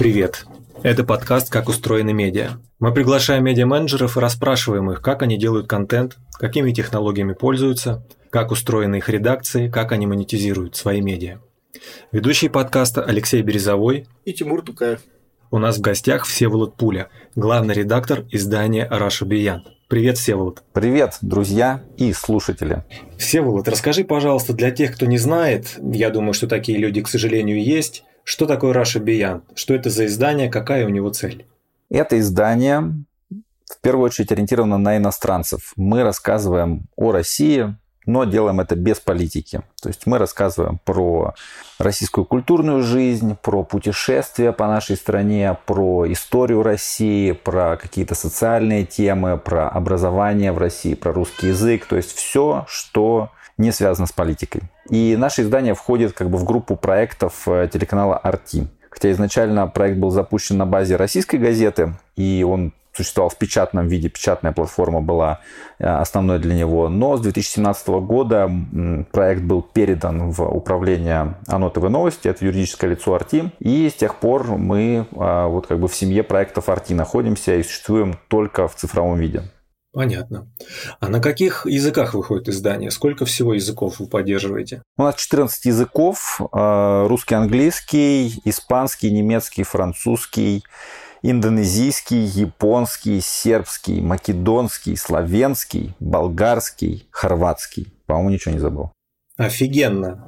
Привет! Это подкаст «Как устроены медиа». Мы приглашаем медиа-менеджеров и расспрашиваем их, как они делают контент, какими технологиями пользуются, как устроены их редакции, как они монетизируют свои медиа. Ведущие подкаста Алексей Березовой и Тимур Тукаев. У нас в гостях Всеволод Пуля, главный редактор издания Russia Beyond. Привет, Всеволод. Привет, друзья и слушатели. Всеволод, расскажи, пожалуйста, для тех, кто не знает, я думаю, что такие люди, к сожалению, есть, что такое Russia Beyond? Что это за издание, какая у него цель? Это издание в первую очередь ориентировано на иностранцев. Мы рассказываем о России, но делаем это без политики. То есть мы рассказываем про российскую культурную жизнь, про путешествия по нашей стране, про историю России, про какие-то социальные темы, про образование в России, про русский язык. То есть все, что не связано с политикой. И наше издание входит в группу проектов телеканала RT. Хотя изначально проект был запущен на базе российской газеты, и он существовал в печатном виде, печатная платформа была основной для него. Но с 2017 года проект был передан в управление ОНО ТВ Новости, это юридическое лицо RT. И с тех пор мы в семье проектов RT находимся и существуем только в цифровом виде. Понятно. А на каких языках выходит издание? Сколько всего языков вы поддерживаете? У нас 14 языков. Русский, английский, испанский, немецкий, французский, индонезийский, японский, сербский, македонский, славянский, болгарский, хорватский. По-моему, ничего не забыл. Офигенно.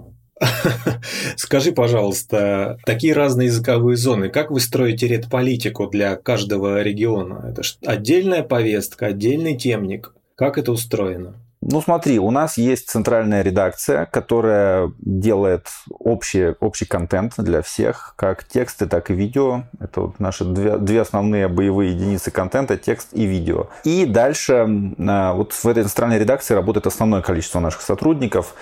Скажи, пожалуйста, такие разные языковые зоны, как вы строите редполитику для каждого региона? Это отдельная повестка, отдельный темник? Как это устроено? Смотри, у нас есть центральная редакция, которая делает общий контент для всех, как тексты, так и видео. Это наши две основные боевые единицы контента, текст и видео. И дальше в этой центральной редакции работает основное количество наших сотрудников,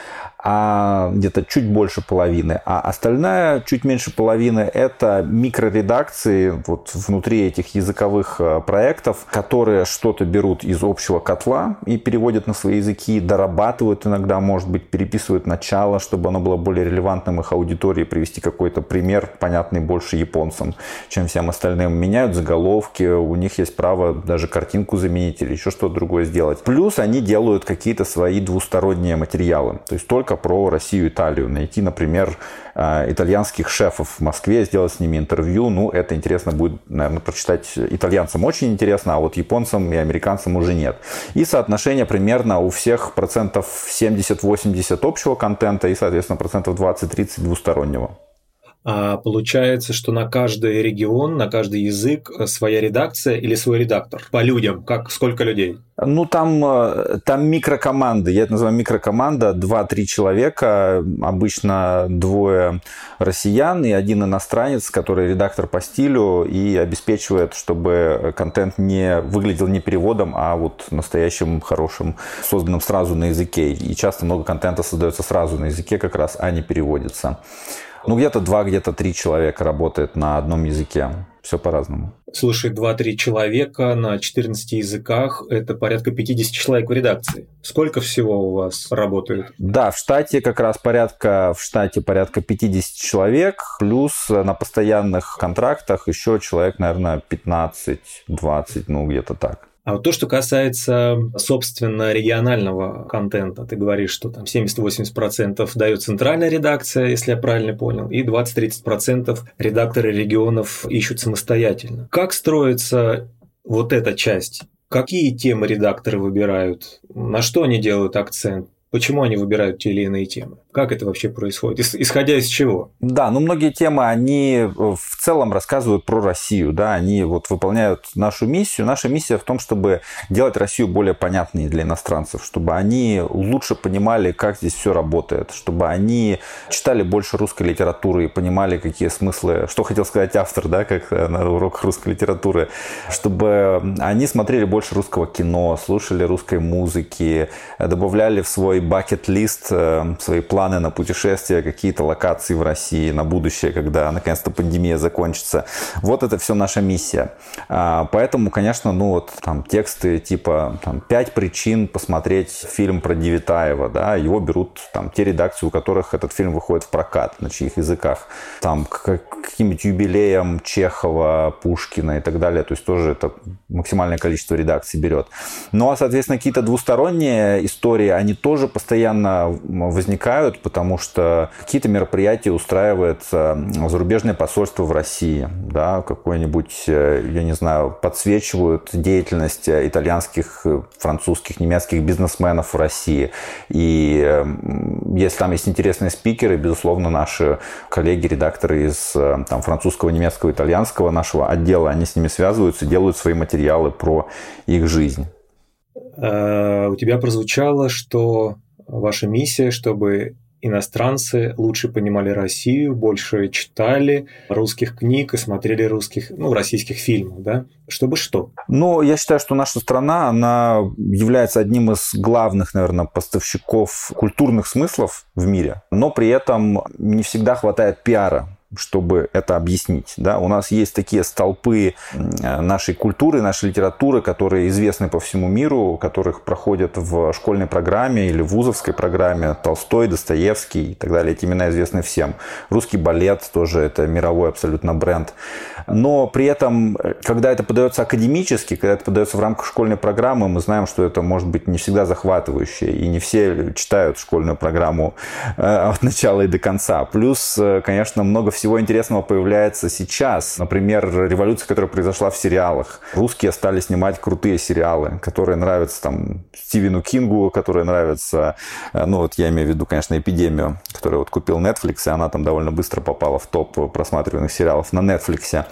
где-то чуть больше половины. А остальная, чуть меньше половины, это микроредакции внутри этих языковых проектов, которые что-то берут из общего котла и переводят на свои языки, дорабатывают иногда, может быть, переписывают начало, чтобы оно было более релевантным их аудитории, привести какой-то пример, понятный больше японцам, чем всем остальным. Меняют заголовки, у них есть право даже картинку заменить или еще что-то другое сделать. Плюс они делают какие-то свои двусторонние материалы, то есть только про Россию и Италию. Найти, например, итальянских шефов в Москве, сделать с ними интервью. Это интересно будет, наверное, прочитать итальянцам очень интересно, а вот японцам и американцам уже нет. И соотношение примерно у всех 70-80% общего контента и, соответственно, 20-30% двустороннего. А получается, что на каждый регион, на каждый язык своя редакция или свой редактор? По людям? Сколько людей? Там микрокоманды. Я это называю микрокоманда. 2-3 человека. Обычно 2 россиян и 1 иностранец, который редактор по стилю и обеспечивает, чтобы контент не выглядел не переводом, а настоящим, хорошим, созданным сразу на языке. И часто много контента создается сразу на языке как раз, а не переводится. Где-то 2, где-то 3 человека работает на одном языке. Все по-разному. Слушай, 2-3 человека на 14 языках – это порядка 50 человек в редакции. Сколько всего у вас работает? Да, в штате порядка 50 человек, плюс на постоянных контрактах еще человек, наверное, 15-20, где-то так. А то, что касается, собственно, регионального контента, ты говоришь, что там 70-80% дает центральная редакция, если я правильно понял, и 20-30% редакторы регионов ищут самостоятельно. Как строится эта часть? Какие темы редакторы выбирают? На что они делают акцент? Почему они выбирают те или иные темы? Как это вообще происходит? Исходя из чего? Да, многие темы, они в целом рассказывают про Россию. Да? Они выполняют нашу миссию. Наша миссия в том, чтобы делать Россию более понятной для иностранцев, чтобы они лучше понимали, как здесь все работает, чтобы они читали больше русской литературы и понимали, какие смыслы, что хотел сказать автор, да, как на уроках русской литературы, чтобы они смотрели больше русского кино, слушали русской музыки, добавляли в свой бакет-лист, свои планы на путешествия, какие-то локации в России на будущее, когда наконец-то пандемия закончится. Вот это все наша миссия. Поэтому, конечно, тексты типа 5 причин посмотреть фильм про Девятаева, да, его берут те редакции, у которых этот фильм выходит в прокат, на чьих языках. К каким-нибудь юбилеям Чехова, Пушкина и так далее. То есть тоже это максимальное количество редакций берет. Ну, а, соответственно, какие-то двусторонние истории, они тоже постоянно возникают, потому что какие-то мероприятия устраивает зарубежное посольство в России, да, какое-нибудь, я не знаю, подсвечивают деятельность итальянских, французских, немецких бизнесменов в России. И если там есть интересные спикеры, безусловно, наши коллеги, редакторы из французского, немецкого, итальянского нашего отдела, они с ними связываются, делают свои материалы про их жизнь. У тебя прозвучало, что ваша миссия, чтобы иностранцы лучше понимали Россию, больше читали русских книг и смотрели российских фильмов, да? Чтобы что? Я считаю, что наша страна, она является одним из главных, наверное, поставщиков культурных смыслов в мире, но при этом не всегда хватает пиара, чтобы это объяснить. Да? У нас есть такие столпы нашей культуры, нашей литературы, которые известны по всему миру, которых проходят в школьной программе или в вузовской программе. Толстой, Достоевский и так далее. Эти имена известны всем. Русский балет тоже это мировой абсолютно бренд. Но при этом, когда это подается академически, когда это подается в рамках школьной программы, мы знаем, что это может быть не всегда захватывающе. И не все читают школьную программу от начала и до конца. Плюс, конечно, много всего интересного появляется сейчас. Например, революция, которая произошла в сериалах. Русские стали снимать крутые сериалы, которые нравятся Стивену Кингу, которые нравятся, я имею в виду, конечно, «Эпидемию», которую купил Netflix, и она там довольно быстро попала в топ просматриваемых сериалов на Netflix.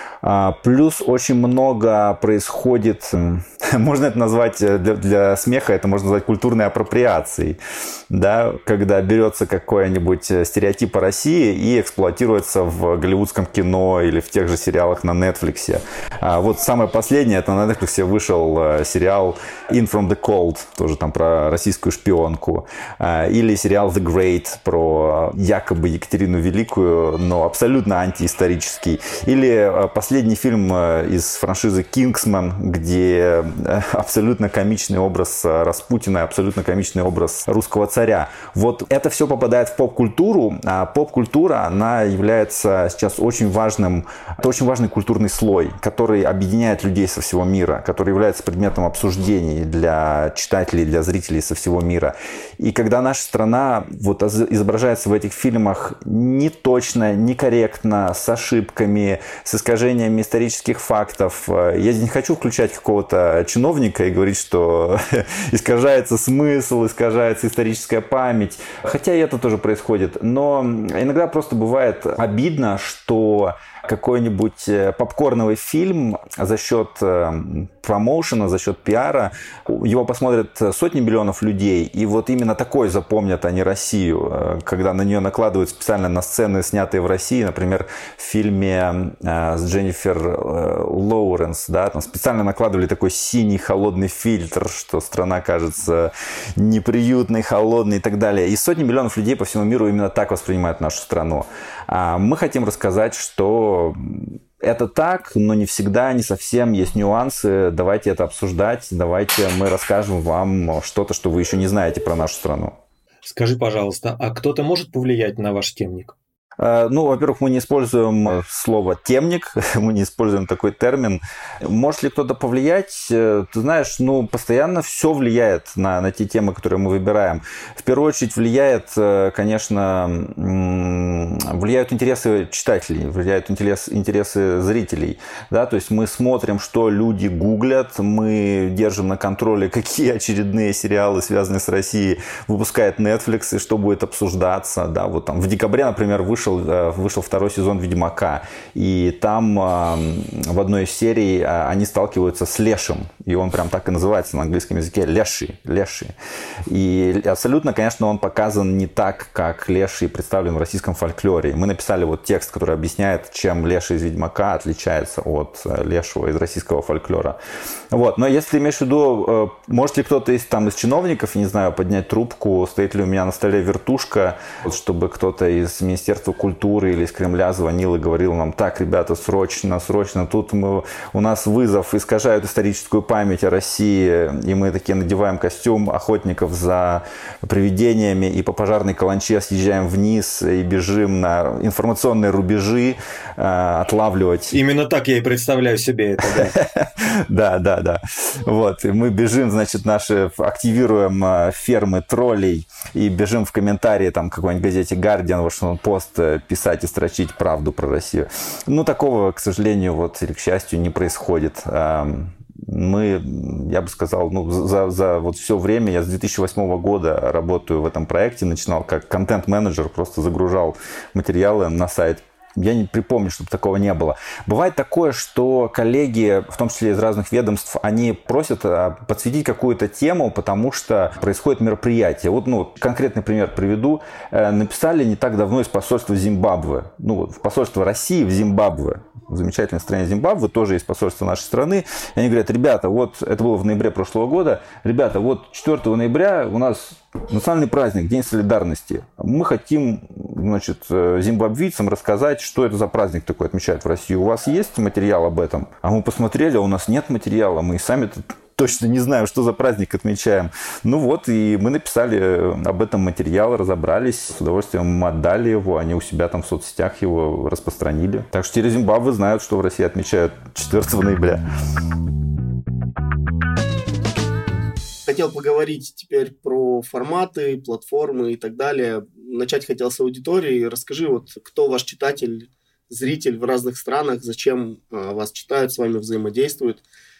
Плюс очень много происходит, можно это назвать для смеха, это можно назвать культурной апроприацией, да, когда берется какой-нибудь стереотип о России и эксплуатируется в голливудском кино или в тех же сериалах на Netflix. Вот самое последнее, это на Netflix вышел сериал In From The Cold, тоже там про российскую шпионку, или сериал The Great про якобы Екатерину Великую, но абсолютно антиисторический, или последний фильм из франшизы «Кингсман», где абсолютно комичный образ Распутина, абсолютно комичный образ русского царя. Вот это все попадает в поп-культуру, а поп-культура, она является сейчас очень важным, это очень важный культурный слой, который объединяет людей со всего мира, который является предметом обсуждений для читателей, для зрителей со всего мира. И когда наша страна изображается в этих фильмах неточно, некорректно, с ошибками, с искажениями исторических фактов. Я не хочу включать какого-то чиновника и говорить, что искажается смысл, искажается историческая память. Хотя и это тоже происходит. Но иногда просто бывает обидно, что какой-нибудь попкорновый фильм за счет промоушена, за счет пиара, его посмотрят сотни миллионов людей, и вот именно такой запомнят они Россию, когда на нее накладывают специально на сцены, снятые в России, например, в фильме с Дженнифер Лоуренс, да, там специально накладывали такой синий холодный фильтр, что страна кажется неприютной, холодной и так далее. И сотни миллионов людей по всему миру именно так воспринимают нашу страну. Мы хотим рассказать, что это так, но не всегда, не совсем, есть нюансы. Давайте это обсуждать, давайте мы расскажем вам что-то, что вы еще не знаете про нашу страну. Скажи, пожалуйста, а кто-то может повлиять на ваш темник? Во-первых, мы не используем слово «темник», мы не используем такой термин. Может ли кто-то повлиять? Ты знаешь, постоянно все влияет на те темы, которые мы выбираем. В первую очередь влияют интересы читателей, влияют интересы зрителей. Да? То есть мы смотрим, что люди гуглят, мы держим на контроле, какие очередные сериалы, связанные с Россией, выпускает Netflix и что будет обсуждаться. Да? Вот там в декабре, например, вышел вышел второй сезон «Ведьмака». И там в одной из серий они сталкиваются с лешим. И он прям так и называется на английском языке — леший. И абсолютно, конечно, он показан не так, как леший представлен в российском фольклоре. Мы написали вот текст, который объясняет, чем леший из «Ведьмака» отличается от лешего из российского фольклора. Вот. Но если ты имеешь в виду, может ли кто-то из чиновников, не знаю, поднять трубку, стоит ли у меня на столе вертушка, чтобы кто-то из Министерства культуры или из Кремля звонил и говорил нам: так, ребята, срочно, тут у нас вызов, искажают историческую память о России, и мы такие надеваем костюм охотников за привидениями и по пожарной каланче съезжаем вниз и бежим на информационные рубежи отлавливать. Именно так я и представляю себе это, да. Да. Вот, и мы бежим, значит, активируем фермы троллей и бежим в комментарии какой-нибудь газете «Гардиан», Вашингтон-Пост писать и строчить правду про Россию. Такого, к сожалению, или к счастью, не происходит. Я бы сказал, за все время, я с 2008 года работаю в этом проекте, начинал как контент-менеджер, просто загружал материалы на сайт. Я не припомню, чтобы такого не было. Бывает такое, что коллеги, в том числе из разных ведомств, они просят подсветить какую-то тему, потому что происходит мероприятие. Конкретный пример приведу. Написали не так давно из посольства Зимбабве. В посольство России в Зимбабве. В замечательной стране Зимбабве тоже есть посольство нашей страны. И они говорят: ребята, это было в ноябре прошлого года, ребята, 4 ноября у нас национальный праздник, День солидарности. Мы хотим, зимбабвийцам рассказать, что это за праздник такой отмечают в России. У вас есть материал об этом? А мы посмотрели, а у нас нет материала. Мы и сами точно не знаем, что за праздник отмечаем. И мы написали об этом материал, разобрались, с удовольствием отдали его, они у себя в соцсетях его распространили. Так что теперь Зимбабве знают, что в России отмечают 4 ноября. Хотел поговорить теперь про форматы, платформы и так далее. Начать хотел с аудитории. Расскажи, кто ваш читатель, зритель в разных странах, зачем вас читают, с вами взаимодействуют,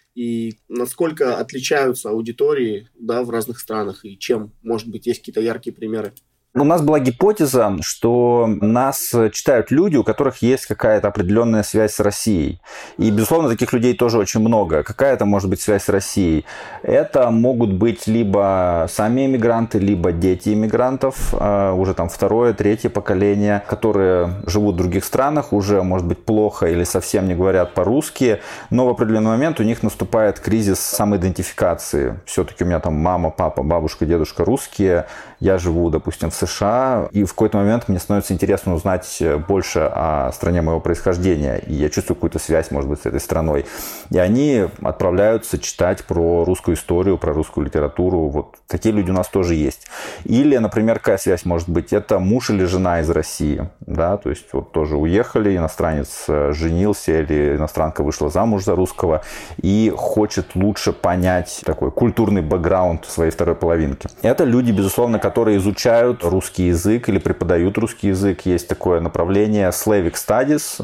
и насколько отличаются аудитории, в разных странах, и чем, может быть, есть какие-то яркие примеры? У нас была гипотеза, что нас читают люди, у которых есть какая-то определенная связь с Россией. И, безусловно, таких людей тоже очень много. Какая это может быть связь с Россией? Это могут быть либо сами иммигранты, либо дети иммигрантов, уже второе, третье поколение, которые живут в других странах, уже, может быть, плохо или совсем не говорят по-русски, но в определенный момент у них наступает кризис самоидентификации. Все-таки у меня мама, папа, бабушка, дедушка русские, я живу, допустим, в США, и в какой-то момент мне становится интересно узнать больше о стране моего происхождения, и я чувствую какую-то связь, может быть, с этой страной. И они отправляются читать про русскую историю, про русскую литературу. Такие люди у нас тоже есть. Или, например, какая связь может быть? Это муж или жена из России, то есть тоже уехали, иностранец женился или иностранка вышла замуж за русского и хочет лучше понять такой культурный бэкграунд своей второй половинки. Это люди, безусловно, которые изучают русский язык или преподают русский язык. Есть такое направление Slavic Studies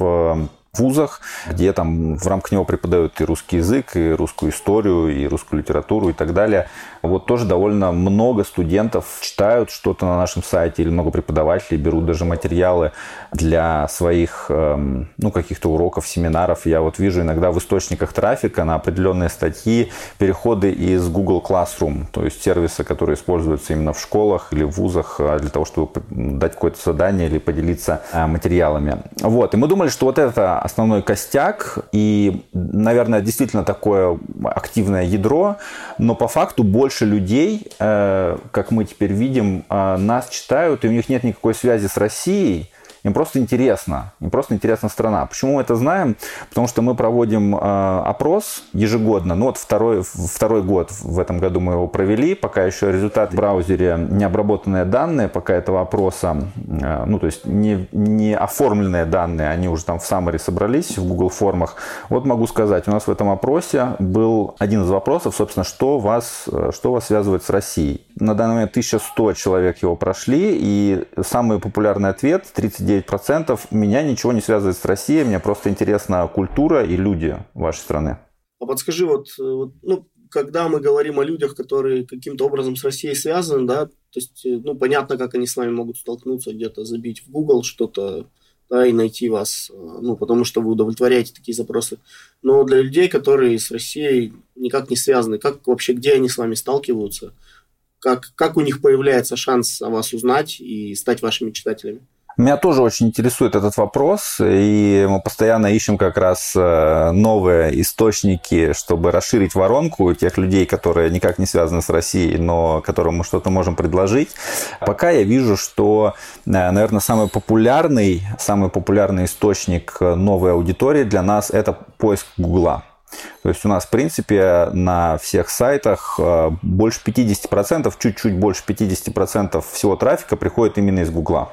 в вузах, где в рамках него преподают и русский язык, и русскую историю, и русскую литературу и так далее. Тоже довольно много студентов читают что-то на нашем сайте, или много преподавателей берут даже материалы для своих каких-то уроков, семинаров. Я вижу иногда в источниках трафика на определенные статьи переходы из Google Classroom, то есть сервиса, которые используются именно в школах или в вузах для того, чтобы дать какое-то задание или поделиться материалами. И мы думали, что это основной костяк и, наверное, действительно такое активное ядро, но по факту больше людей, как мы теперь видим, нас читают, и у них нет никакой связи с Россией. Им просто интересно. Им просто интересна страна. Почему мы это знаем? Потому что мы проводим опрос ежегодно. Второй год в этом году мы его провели. Пока еще результаты в браузере не обработанные данные пока этого опроса. То есть не оформленные данные. Они уже в summary собрались в Google формах. Могу сказать, у нас в этом опросе был один из вопросов, собственно, что вас связывает с Россией. На данный момент 1100 человек его прошли. И самый популярный ответ, 39%, меня ничего не связывает с Россией, мне просто интересна культура и люди вашей страны. А подскажи, когда мы говорим о людях, которые каким-то образом с Россией связаны, да, то есть, понятно, как они с вами могут столкнуться, где-то забить в Google что-то, да, и найти вас, потому что вы удовлетворяете такие запросы. Но для людей, которые с Россией никак не связаны, как вообще, где они с вами сталкиваются, как у них появляется шанс о вас узнать и стать вашими читателями? Меня тоже очень интересует этот вопрос, и мы постоянно ищем как раз новые источники, чтобы расширить воронку тех людей, которые никак не связаны с Россией, но которым мы что-то можем предложить. Пока я вижу, что, наверное, самый популярный источник новой аудитории для нас – это поиск Гугла. То есть у нас, в принципе, на всех сайтах больше 50%, чуть-чуть больше 50% всего трафика приходит именно из Гугла.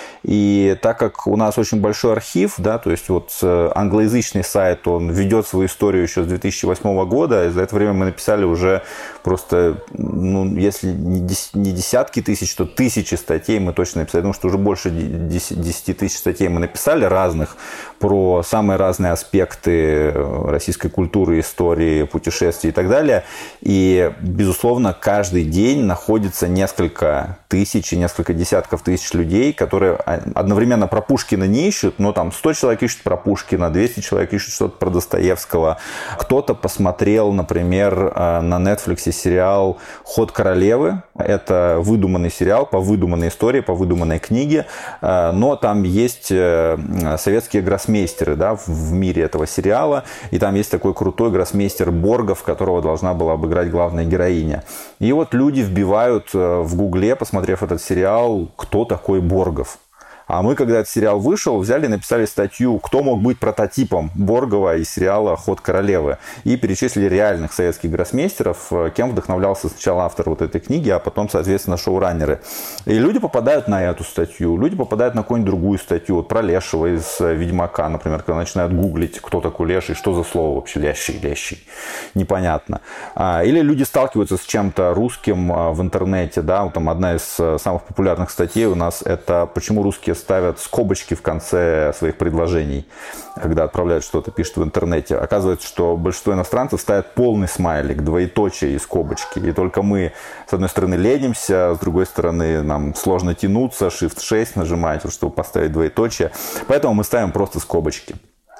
И так как у нас очень большой архив, да, то есть вот англоязычный сайт, он ведет свою историю еще с 2008 года, и за это время мы написали уже просто, если не десятки тысяч, то тысячи статей мы точно написали, потому что уже больше 10 тысяч статей мы написали разных про самые разные аспекты российской культуры, истории, путешествий и так далее. И, безусловно, каждый день находится несколько тысяч и несколько десятков тысяч людей, которые одновременно про Пушкина не ищут, но там 100 человек ищут про Пушкина, 200 человек ищут что-то про Достоевского. Кто-то посмотрел, например, на Netflix сериал «Ход королевы». Это выдуманный сериал по выдуманной истории, по выдуманной книге, но там есть советские гроссмейстеры, да, в мире этого сериала, и там есть такой крутой гроссмейстер Боргов, которого должна была обыграть главная героиня. И вот люди вбивают в Гугле, посмотрев этот сериал, кто такой Боргов. А мы, когда этот сериал вышел, взяли и написали статью, кто мог быть прототипом Боргова из сериала «Ход королевы». И перечислили реальных советских гроссмейстеров, кем вдохновлялся сначала автор вот этой книги, а потом, соответственно, шоураннеры. И люди попадают на эту статью, люди попадают на какую-нибудь другую статью, вот про Лешего из «Ведьмака», например, когда начинают гуглить, кто такой Леший, что за слово вообще лещий, непонятно. Или люди сталкиваются с чем-то русским в интернете, да, вот там одна из самых популярных статей у нас – это «Почему русские ставят скобочки в конце своих предложений, когда отправляют что-то, пишут в интернете». Оказывается, что большинство иностранцев ставят полный смайлик, двоеточие и скобочки. И только мы, с одной стороны, ленимся, с другой стороны, нам сложно тянуться, Shift-6 нажимать, чтобы поставить двоеточие. Поэтому мы ставим просто скобочки.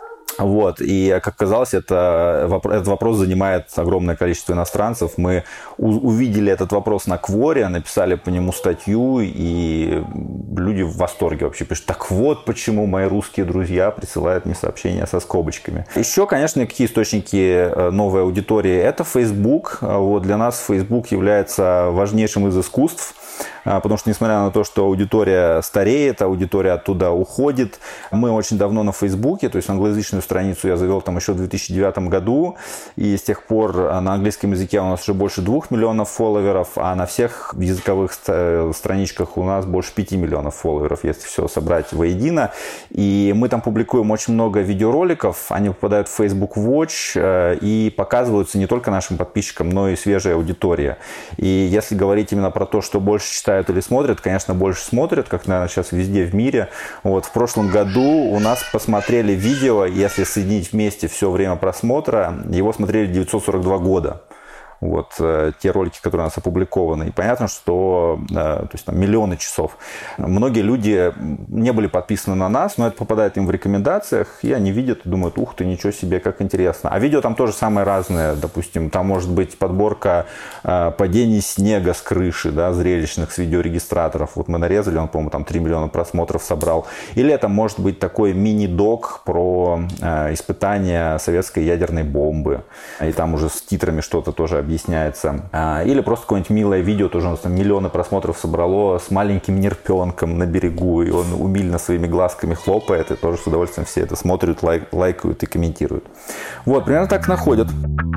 Вот. И, как оказалось, этот вопрос занимает огромное количество иностранцев. Мы увидели этот вопрос на Quora, написали по нему статью, и люди в восторге вообще пишут: так вот почему мои русские друзья присылают мне сообщения со скобочками. Еще, конечно, какие источники новой аудитории? Это Facebook. Вот. Для нас Facebook является важнейшим из искусств. Потому что, несмотря на то, что аудитория стареет, аудитория оттуда уходит, мы очень давно на Фейсбуке, то есть англоязычную страницу я завел там еще в 2009 году, и с тех пор на английском языке у нас уже больше 2 миллионов фолловеров, а на всех языковых страничках у нас больше 5 миллионов фолловеров, если все собрать воедино. И мы там публикуем очень много видеороликов, они попадают в Facebook Watch и показываются не только нашим подписчикам, но и свежей аудитории. И если говорить именно про то, что больше читают или смотрят, конечно, больше смотрят, как, наверное, сейчас везде в мире. Вот в прошлом году у нас посмотрели видео, если соединить вместе все время просмотра, его смотрели 942 года. Вот те ролики, которые у нас опубликованы. И понятно, что то есть, там, миллионы часов. Многие люди не были подписаны на нас, но это попадает им в рекомендациях, и они видят и думают: ух ты, ничего себе, как интересно. А видео там тоже самое разное. Допустим, там может быть подборка падений снега с крыши, да, зрелищных с видеорегистраторов. Вот мы нарезали, он, по-моему, там 3 миллиона просмотров собрал. Или это может быть такой мини-док про испытания советской ядерной бомбы. И там уже с титрами что-то тоже объясняется. Или просто какое-нибудь милое видео, тоже у нас там миллионы просмотров собрало, с маленьким нерпенком на берегу, и он умильно своими глазками хлопает, и тоже с удовольствием все это смотрят, лайкают и комментируют. Вот, примерно так находят.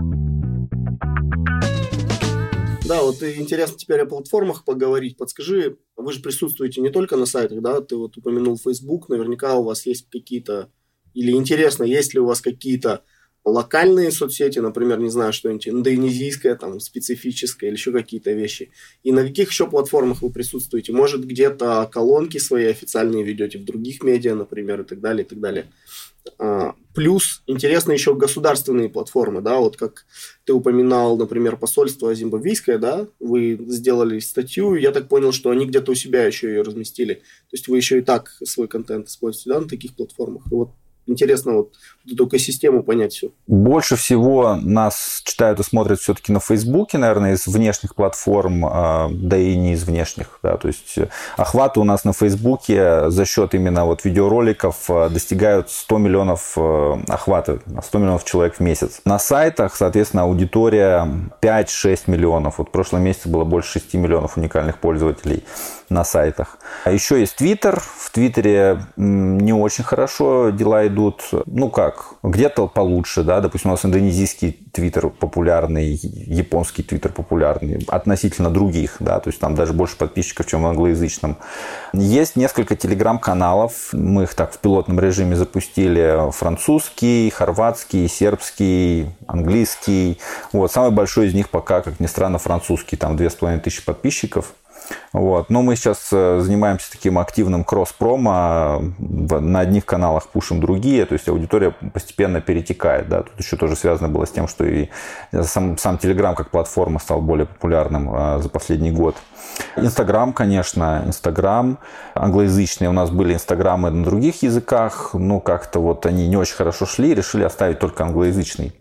Да, вот интересно теперь о платформах поговорить. Подскажи, вы же присутствуете не только на сайтах, да? Ты вот упомянул Facebook, наверняка у вас есть какие-то, или интересно, есть ли у вас какие-то локальные соцсети, например, не знаю, что-нибудь индонезийское, там, специфическое или еще какие-то вещи. И на каких еще платформах вы присутствуете? Может, где-то колонки свои официальные ведете в других медиа, например, и так далее, и так далее. Плюс интересны еще государственные платформы, да, вот как ты упоминал, например, посольство зимбабвийское, да, вы сделали статью, я так понял, что они где-то у себя еще ее разместили. То есть вы еще и так свой контент используете, да, на таких платформах. И вот интересно вот эту экосистему понять все. Больше всего нас читают и смотрят все-таки на Фейсбуке, наверное, из внешних платформ, да и не из внешних. Да. То есть охваты у нас на Фейсбуке за счет именно вот видеороликов достигают 100 миллионов охватов, 100 миллионов человек в месяц. На сайтах, соответственно, аудитория 5-6 миллионов. Вот в прошлом месяце было больше 6 миллионов уникальных пользователей на сайтах. А еще есть Твиттер. В Твиттере не очень хорошо дела идут. Ну как, где-то получше, да, допустим, у нас индонезийский Твиттер популярный, японский Твиттер популярный, относительно других, да, то есть там даже больше подписчиков, чем в англоязычном. Есть несколько телеграм-каналов, мы их так в пилотном режиме запустили, французский, хорватский, сербский, английский. Вот, самый большой из них пока, как ни странно, французский, там 2500 подписчиков. Вот. Но мы сейчас занимаемся таким активным кросс-промо, на одних каналах пушим другие, то есть аудитория постепенно перетекает. Да. Тут еще тоже связано было с тем, что и сам Telegram как платформа стал более популярным за последний год. Инстаграм, конечно, Инстаграм англоязычные. У нас были инстаграмы на других языках, но как-то вот они не очень хорошо шли, решили оставить только англоязычный.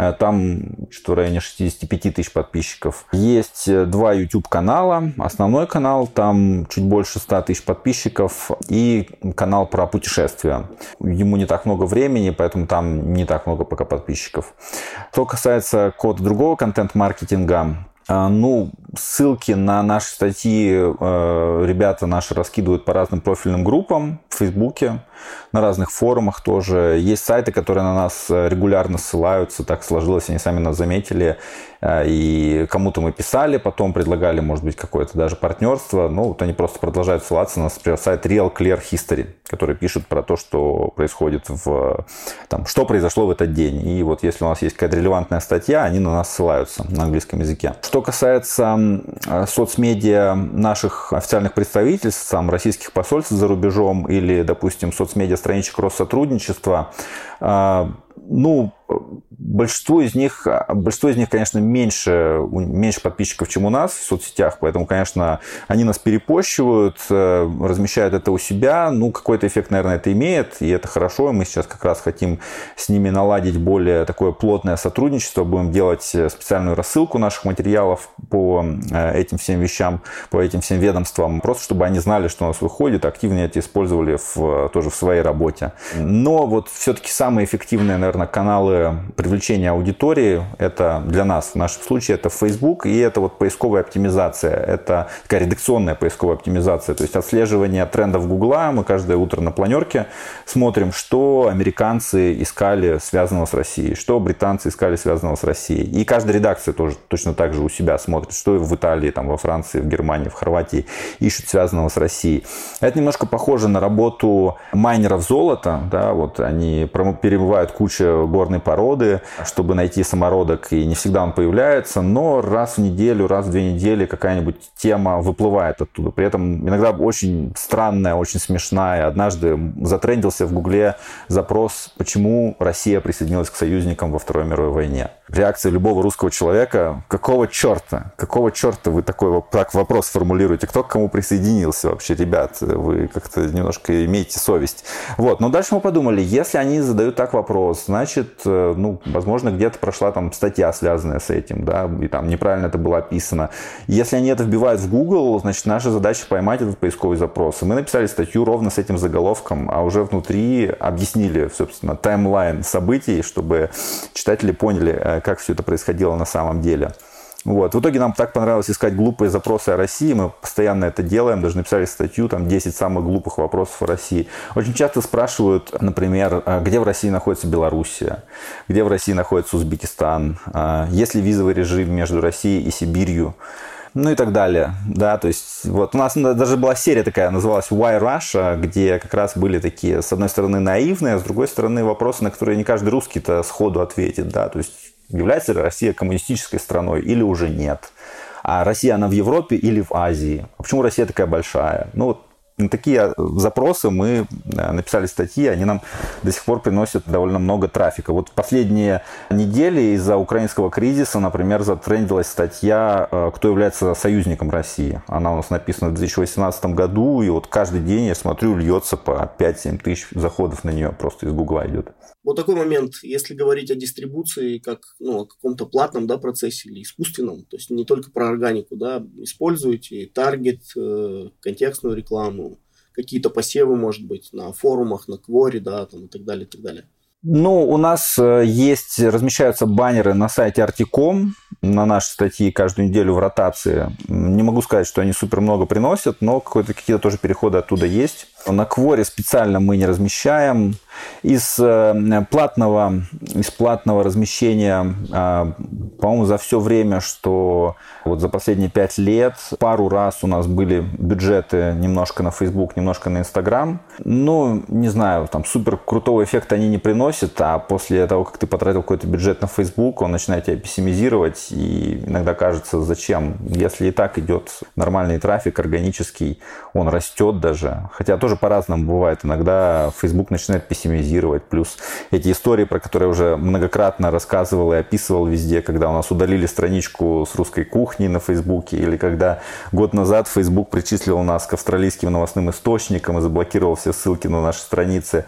Там что-то в районе 65 тысяч подписчиков. Есть 2 YouTube-канала. Основной канал, там чуть больше 100 тысяч подписчиков. И канал про путешествия. Ему не так много времени, поэтому там не так много пока подписчиков. Что касается какого-то другого контент-маркетинга, ну, ссылки на наши статьи ребята наши раскидывают по разным профильным группам в Фейсбуке, на разных форумах тоже. Есть сайты, которые на нас регулярно ссылаются, так сложилось, они сами нас заметили. И кому-то мы писали, потом предлагали, может быть, какое-то даже партнерство. Ну, вот они просто продолжают ссылаться на, например, сайт Real Clear History, который пишет про то, что происходит что произошло в этот день. И вот если у нас есть какая-то релевантная статья, они на нас ссылаются на английском языке. Что касается соцмедиа наших официальных представительств, российских посольств за рубежом или, допустим, соцмедиа страничек Россотрудничества, ну, большинство из них, конечно, меньше подписчиков, чем у нас в соцсетях, поэтому, конечно, они нас перепощивают, размещают это у себя. Ну, какой-то эффект, наверное, это имеет, и это хорошо. Мы сейчас как раз хотим с ними наладить более такое плотное сотрудничество, будем делать специальную рассылку наших материалов по этим всем вещам, по этим всем ведомствам, просто чтобы они знали, что у нас выходит, активнее это использовали тоже в своей работе. Но вот все-таки самые эффективные, наверное, каналы привлечения аудитории, это для нас, в нашем случае, это Facebook, и это вот поисковая оптимизация, это такая редакционная поисковая оптимизация, то есть отслеживание трендов Гугла. Мы каждое утро на планерке смотрим, что американцы искали, связанного с Россией, что британцы искали, связанного с Россией. И каждая редакция тоже точно так же у себя смотрит, что в Италии, там, во Франции, в Германии, в Хорватии ищут, связанного с Россией. Это немножко похоже на работу майнеров золота, да, вот они перебывают кучу горной породы, чтобы найти самородок, и не всегда он появляется, но раз в неделю, раз в 2 недели какая-нибудь тема выплывает оттуда. При этом иногда очень странная, очень смешная. Однажды затрендился в Гугле запрос, почему Россия присоединилась к союзникам во Второй мировой войне. Реакция любого русского человека: какого черта вы так вопрос формулируете? Кто к кому присоединился вообще, ребят? Вы как-то немножко имеете совесть. Вот. Но дальше мы подумали, если они задают так вопрос, значит, ну, возможно, где-то прошла там статья, связанная с этим, да, и там неправильно это было описано. Если они это вбивают в Google, значит, наша задача поймать этот поисковый запрос. И мы написали статью ровно с этим заголовком, а уже внутри объяснили, собственно, таймлайн событий, чтобы читатели поняли, как все это происходило на самом деле. Вот. В итоге нам так понравилось искать глупые запросы о России, мы постоянно это делаем, даже написали статью, там 10 самых глупых вопросов о России. Очень часто спрашивают, например, где в России находится Белоруссия, где в России находится Узбекистан, есть ли визовый режим между Россией и Сибирью, ну и так далее. Да, то есть вот у нас даже была серия такая, называлась Why Russia, где как раз были такие, с одной стороны, наивные, а с другой стороны, вопросы, на которые не каждый русский-то сходу ответит, да, то есть является ли Россия коммунистической страной или уже нет? А Россия, она в Европе или в Азии? А почему Россия такая большая? Ну, вот На такие запросы мы написали статьи, они нам до сих пор приносят довольно много трафика. Вот последние недели из-за украинского кризиса, например, затрендилась статья «Кто является союзником России?». Она у нас написана в 2018 году, и вот каждый день, я смотрю, льется по 5-7 тысяч заходов на нее, просто из Гугла идет. Вот такой момент, если говорить о дистрибуции как о каком-то платном процессе или искусственном, то есть не только про органику, используете таргет, контекстную рекламу, какие-то посевы, может быть, на форумах, на Кворе, и так далее, и так далее. У нас размещаются баннеры на сайте Arti.com, на наши статьи каждую неделю в ротации. Не могу сказать, что они супер много приносят, но какие-то тоже переходы оттуда есть. На Кворе специально мы не размещаем. Из платного размещения, по-моему, за все время, что вот за последние 5 лет, пару раз у нас были бюджеты немножко на Facebook, немножко на Instagram. Не знаю, там супер крутого эффекта они не приносят, а после того, как ты потратил какой-то бюджет на Facebook, он начинает тебя пессимизировать, и иногда кажется, зачем? Если и так идет нормальный трафик, органический, он растет даже. Хотя тоже по-разному бывает. Иногда Facebook начинает пессимизировать. Плюс эти истории, про которые я уже многократно рассказывал и описывал везде, когда у нас удалили страничку с русской кухней на Фейсбуке, или когда год назад Facebook причислил нас к австралийским новостным источникам и заблокировал все ссылки на наши страницы.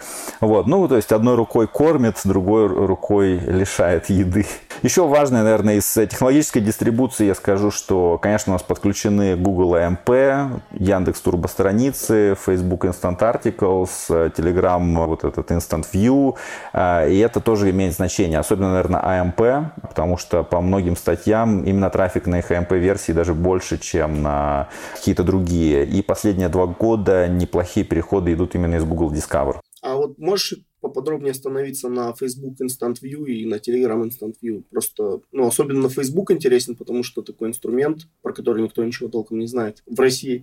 То есть одной рукой кормит, другой рукой лишает еды. Еще важное, наверное, из технологической дистрибуции я скажу, что, конечно, у нас подключены Google AMP, Яндекс Турбостраницы, Facebook Instant Articles, Telegram, этот Instant View, и это тоже имеет значение, особенно, наверное, AMP, потому что по многим статьям именно трафик на их AMP-версии даже больше, чем на какие-то другие. И последние 2 года неплохие переходы идут именно из Google Discover. А вот можешь поподробнее остановиться на Facebook Instant View и на Telegram Instant View? Просто, особенно на Facebook интересен, потому что такой инструмент, про который никто ничего толком не знает в России.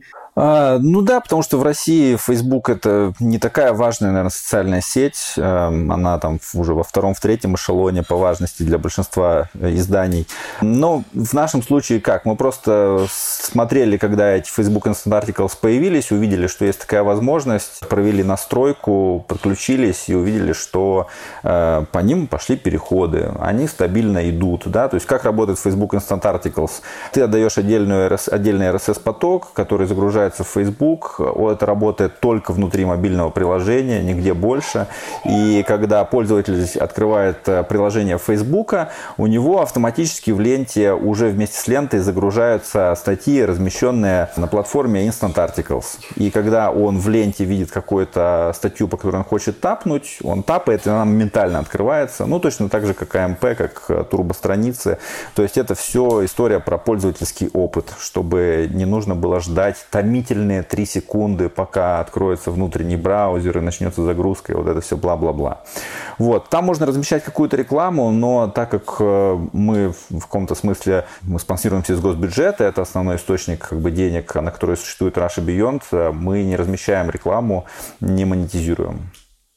Потому что в России Facebook это не такая важная, наверное, социальная сеть. Она там уже во 2-м, в 3-м эшелоне по важности для большинства изданий. Но в нашем случае как? Мы просто смотрели, когда эти Facebook Instant Articles появились, увидели, что есть такая возможность, провели настройку, подключились и увидели, что по ним пошли переходы. Они стабильно идут. То есть как работает Facebook Instant Articles? Ты отдаешь отдельный RSS-поток, который загружается в Facebook. Это работает только внутри мобильного приложения, нигде больше. И когда пользователь открывает приложение Facebook, у него автоматически в ленте уже вместе с лентой загружаются статьи, размещенные на платформе Instant Articles. И когда он в ленте видит какую-то статью, по которой он хочет тапнуть, он тапает, и она моментально открывается. Точно так же, как AMP, как турбостраницы. То есть это все история про пользовательский опыт, чтобы не нужно было ждать томительные 3 секунды, пока откроется внутренний браузер и начнется загрузка, и вот это все бла-бла-бла. Там можно размещать какую-то рекламу, но так как мы в каком-то смысле мы спонсируемся из госбюджета, это основной источник денег, на который существует Russia Beyond, мы не размещаем рекламу, не монетизируем.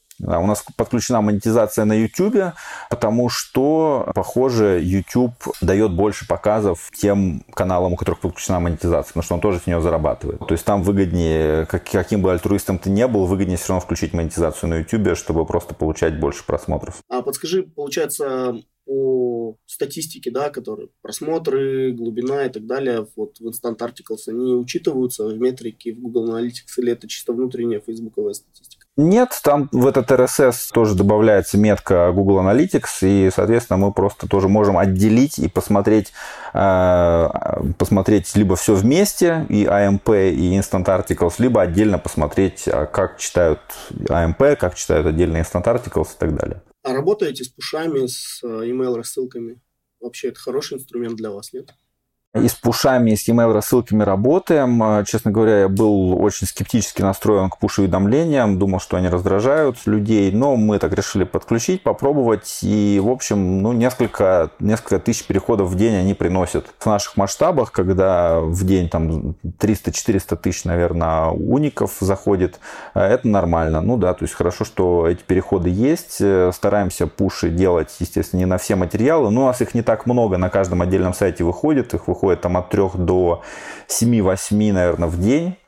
У нас подключена монетизация на YouTube, потому что, похоже, YouTube дает больше показов тем каналам, у которых подключена монетизация, потому что он тоже с нее зарабатывает. То есть там выгоднее, каким бы альтруистом ты не был, выгоднее все равно включить монетизацию на YouTube, чтобы просто получать больше просмотров. А подскажи, получается, по статистике, которые просмотры, глубина и так далее, в Instant Articles, они учитываются в метрике, в Google Analytics, или это чисто внутренняя фейсбуковая статистика? Нет, там в этот RSS тоже добавляется метка Google Analytics, и, соответственно, мы просто тоже можем отделить и посмотреть либо все вместе, и AMP, и Instant Articles, либо отдельно посмотреть, как читают AMP, как читают отдельные Instant Articles и так далее. А работаете с пушами, с email-рассылками? Вообще, это хороший инструмент для вас, нет? И с пушами, и с email рассылками работаем. Честно говоря, я был очень скептически настроен к пуш-уведомлениям, думал, что они раздражают людей, но мы так решили подключить, попробовать, и, в общем, несколько тысяч переходов в день они приносят. В наших масштабах, когда в день там 300-400 тысяч, наверное, уников заходит, это нормально. То есть хорошо, что эти переходы есть. Стараемся пуши делать, естественно, не на все материалы, но у нас их не так много, на каждом отдельном сайте выходит, их выходит там от 3 до 7-8, наверное, в день.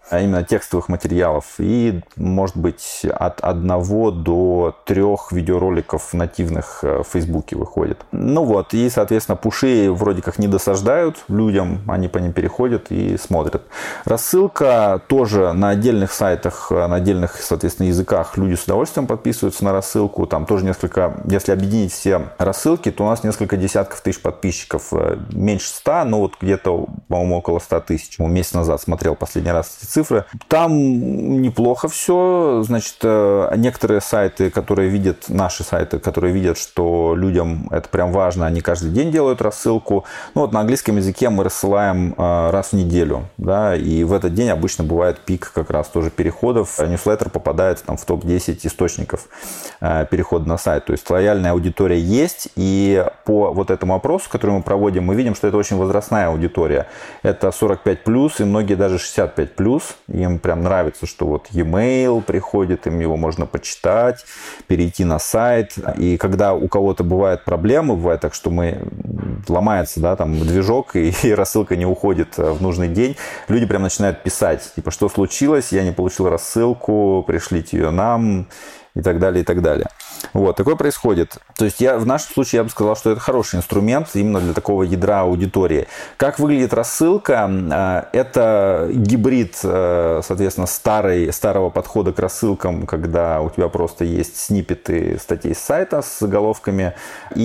а именно текстовых материалов, и, может быть, от 1 до 3 видеороликов нативных в Фейсбуке выходит. Ну вот, и, соответственно, пуши вроде как не досаждают людям, они по ним переходят и смотрят. Рассылка тоже на отдельных сайтах, на отдельных, соответственно, языках люди с удовольствием подписываются на рассылку. Там тоже несколько, если объединить все рассылки, то у нас несколько десятков тысяч подписчиков. Меньше 100, но вот где-то, по-моему, около 100 тысяч. Месяц назад смотрел последний раз эти цифры. Там неплохо все. Значит, некоторые сайты, которые видят, наши сайты, которые видят, что людям это прям важно, они каждый день делают рассылку. Ну вот на английском языке мы рассылаем раз в неделю, да, и в этот день обычно бывает пик как раз тоже переходов. Ньюслеттер попадает там в топ-10 источников перехода на сайт. То есть лояльная аудитория есть, и по вот этому опросу, который мы проводим, мы видим, что это очень возрастная аудитория. Это 45+, и многие даже 65+. Им прям нравится, что вот e-mail приходит, им его можно почитать, перейти на сайт. И когда у кого-то бывают проблемы, бывает так, что ломается, да, там движок, и рассылка не уходит в нужный день, люди прям начинают писать, типа, что случилось, я не получил рассылку, пришлите ее нам, и так далее, и так далее. Вот, такое происходит. То есть в нашем случае я бы сказал, что это хороший инструмент именно для такого ядра аудитории. Как выглядит рассылка? Это гибрид, соответственно, старого подхода к рассылкам, когда у тебя просто есть сниппеты статей с сайта с заголовками,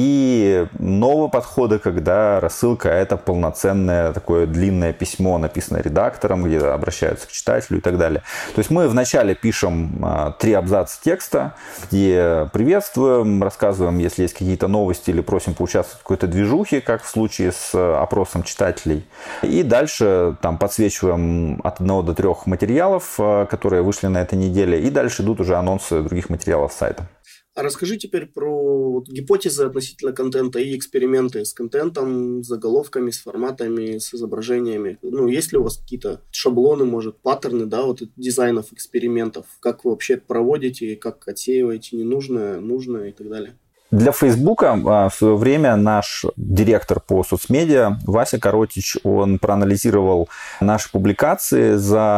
и нового подхода, когда рассылка – это полноценное такое длинное письмо, написанное редактором, где обращаются к читателю и так далее. То есть мы вначале пишем 3 абзаца текста, где приветствуем, рассказываем, если есть какие-то новости, или просим поучаствовать в какой-то движухе, как в случае с опросом читателей. И дальше там подсвечиваем от 1 до 3 материалов, которые вышли на этой неделе, и дальше идут уже анонсы других материалов сайта. А расскажи теперь про гипотезы относительно контента и эксперименты с контентом, с заголовками, с форматами, с изображениями. Ну, есть ли у вас какие-то шаблоны, может, паттерны, да, вот дизайнов, экспериментов? Как вы вообще это проводите, как отсеиваете ненужное, нужное и так далее? Для Фейсбука в свое время наш директор по соцмедиа Вася Коротич, он проанализировал наши публикации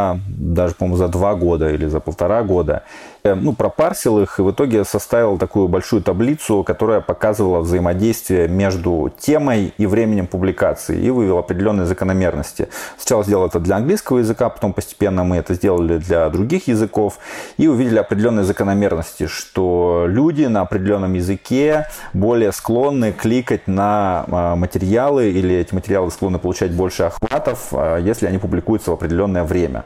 даже, по-моему, за 2 года или за 1,5 года. Пропарсил их и в итоге составил такую большую таблицу, которая показывала взаимодействие между темой и временем публикации и вывел определенные закономерности. Сначала сделал это для английского языка, потом постепенно мы это сделали для других языков и увидели определенные закономерности, что люди на определенном языке более склонны кликать на материалы, или эти материалы склонны получать больше охватов, если они публикуются в определенное время.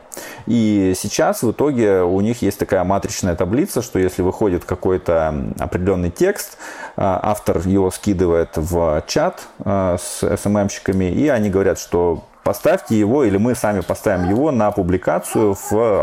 И сейчас в итоге у них есть такая матричная таблица, что если выходит какой-то определенный текст, автор его скидывает в чат с SMM-щиками, и они говорят, что поставьте его, или мы сами поставим его на публикацию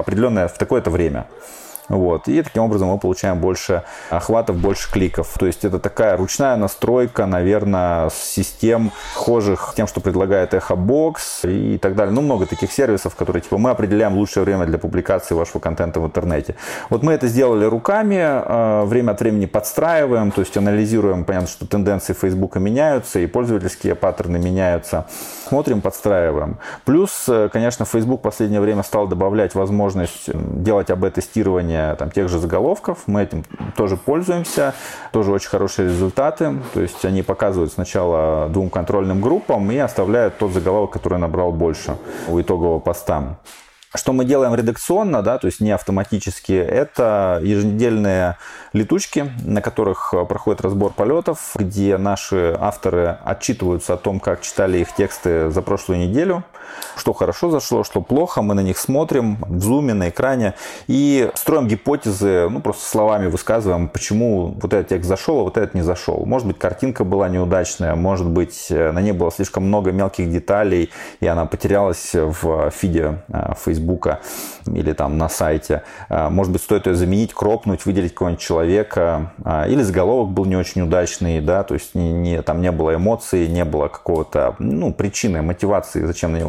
в такое-то время. Вот. И таким образом мы получаем больше охватов, больше кликов. То есть это такая ручная настройка, наверное, систем, схожих с тем, что предлагает EchoBox и так далее. Много таких сервисов, которые мы определяем лучшее время для публикации вашего контента в интернете. Вот мы это сделали руками, время от времени подстраиваем, то есть анализируем, понятно, что тенденции Фейсбука меняются и пользовательские паттерны меняются. Смотрим, подстраиваем. Плюс, конечно, Facebook в последнее время стал добавлять возможность делать АБ-тестирование тех же заголовков. Мы этим тоже пользуемся. Тоже очень хорошие результаты. То есть они показывают сначала 2 контрольным группам и оставляют тот заголовок, который набрал больше у итогового поста. Что мы делаем редакционно, да, то есть не автоматически, это еженедельные летучки, на которых проходит разбор полетов, где наши авторы отчитываются о том, как читали их тексты за прошлую неделю, что хорошо зашло, что плохо, мы на них смотрим в зуме, на экране и строим гипотезы, просто словами высказываем, почему вот этот текст зашел, а вот этот не зашел. Может быть, картинка была неудачная, может быть, на ней было слишком много мелких деталей, и она потерялась в фиде Фейсбука или там на сайте. Может быть, стоит ее заменить, кропнуть, выделить какого-нибудь человека, или заголовок был не очень удачный, да, то есть там не было эмоций, не было какого-то, причины, мотивации, зачем на него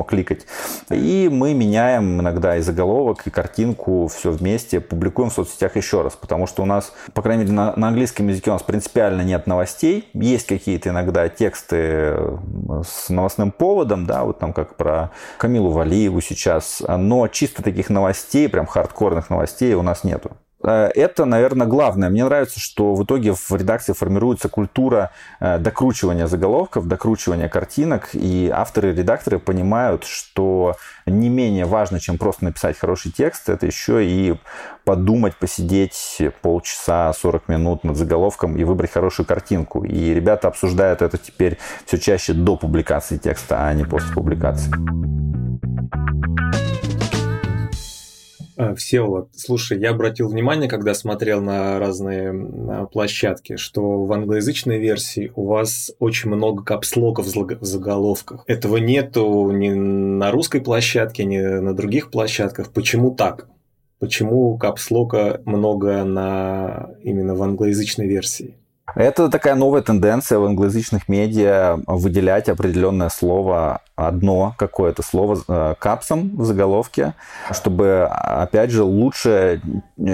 смог кликать. И мы меняем иногда и заголовок, и картинку, все вместе, публикуем в соцсетях еще раз, потому что у нас, по крайней мере, на английском языке у нас принципиально нет новостей, есть какие-то иногда тексты с новостным поводом, да, вот там как про Камилу Валиеву сейчас, но чисто таких новостей, прям хардкорных новостей у нас нету. Это, наверное, главное. Мне нравится, что в итоге в редакции формируется культура докручивания заголовков, докручивания картинок, и авторы и редакторы понимают, что не менее важно, чем просто написать хороший текст, это еще и подумать, посидеть полчаса, 40 минут над заголовком и выбрать хорошую картинку. И ребята обсуждают это теперь все чаще до публикации текста, а не после публикации. Всеволод, слушай, я обратил внимание, когда смотрел на разные площадки, что в англоязычной версии у вас очень много капслоков в заголовках. Этого нету ни на русской площадке, ни на других площадках. Почему так? Почему капслока много именно в англоязычной версии? Это такая новая тенденция в англоязычных медиа выделять определенное слово, одно какое-то слово капсом в заголовке, чтобы, опять же, лучше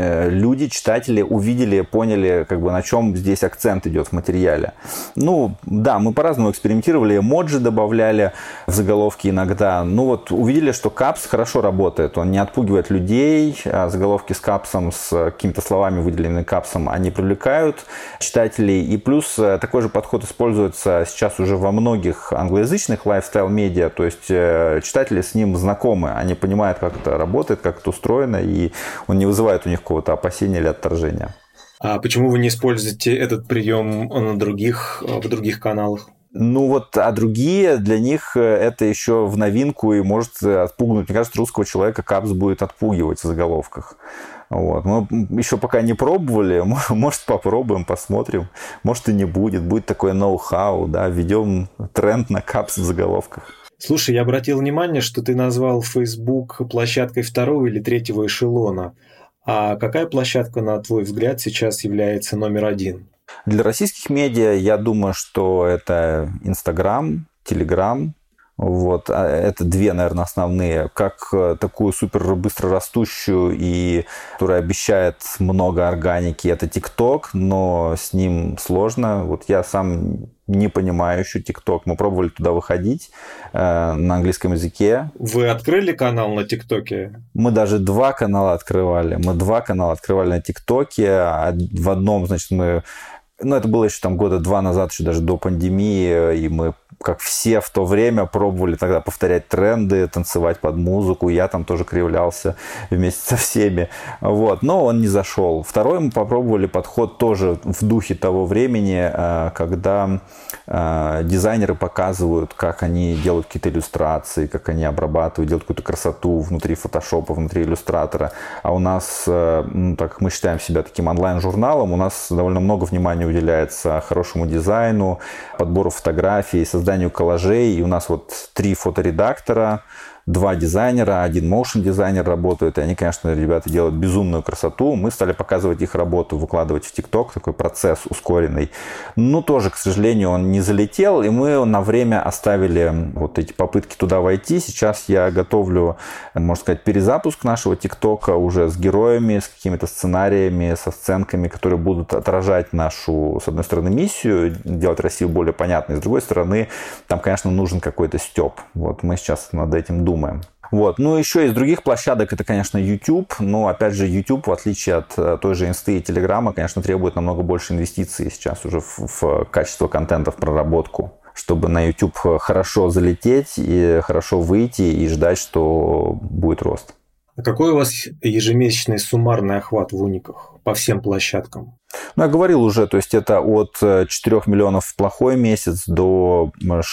люди, читатели увидели, поняли, как бы на чем здесь акцент идет в материале. Ну, да, мы по-разному экспериментировали, эмоджи добавляли в заголовки иногда. Ну вот увидели, что капс хорошо работает, он не отпугивает людей, а заголовки с капсом, с какими-то словами, выделенными капсом, они привлекают читателей. И плюс такой же подход используется сейчас уже во многих англоязычных лайфстайл-медиа, то есть читатели с ним знакомы, они понимают, как это работает, как это устроено, и он не вызывает у них какого-то опасения или отторжения. А почему вы не используете этот прием в других каналах? Ну вот, а другие, для них это еще в новинку и может отпугнуть. Мне кажется, русского человека капс будет отпугивать в заголовках. Вот. Мы еще пока не пробовали, может попробуем, посмотрим. Может и не будет, будет такое ноу-хау, да, введем тренд на капс в заголовках. Слушай, я обратил внимание, что ты назвал Facebook площадкой второго или третьего эшелона. А какая площадка, на твой взгляд, сейчас является номер один? Для российских медиа, я думаю, что это Instagram, Telegram. Вот. Это две, наверное, основные. Как такую супер быстро растущую и которая обещает много органики, это TikTok, но с ним сложно. Вот я сам не понимаю еще TikTok. Мы пробовали туда выходить на английском языке. Вы открыли канал на ТикТоке? Мы даже два канала открывали. Мы два канала открывали на ТикТоке. В одном, значит, мы... Ну, это было еще там года 2 назад, еще даже до пандемии, и мы, как все в то время, пробовали тогда повторять тренды, танцевать под музыку. Я там тоже кривлялся вместе со всеми. Вот. Но он не зашел. Второй мы попробовали подход тоже в духе того времени, когда дизайнеры показывают, как они делают какие-то иллюстрации, как они обрабатывают, делают какую-то красоту внутри фотошопа, внутри иллюстратора. А у нас, так как мы считаем себя таким онлайн-журналом, у нас довольно много внимания уделяется хорошему дизайну, подбору фотографий, созданию коллажей. И у нас вот 3 фоторедактора, 2 дизайнера, 1 моушн-дизайнер работают. И они, конечно, ребята делают безумную красоту. Мы стали показывать их работу, выкладывать в ТикТок, такой процесс ускоренный. Но тоже, к сожалению, он не залетел, и мы на время оставили вот эти попытки туда войти. Сейчас я готовлю, можно сказать, перезапуск нашего ТикТока уже с героями, с какими-то сценариями, со сценками, которые будут отражать нашу, с одной стороны, миссию, делать Россию более понятной, с другой стороны, там, конечно, нужен какой-то стёб. Вот мы сейчас над этим думаем. Вот. Ну, еще из других площадок это, конечно, YouTube. Но, опять же, YouTube, в отличие от той же Инсты и Телеграма, конечно, требует намного больше инвестиций сейчас уже в качество контента, в проработку, чтобы на YouTube хорошо залететь и хорошо выйти и ждать, что будет рост. А какой у вас ежемесячный суммарный охват в униках по всем площадкам? Ну, я говорил уже, то есть это от 4 миллионов в плохой месяц до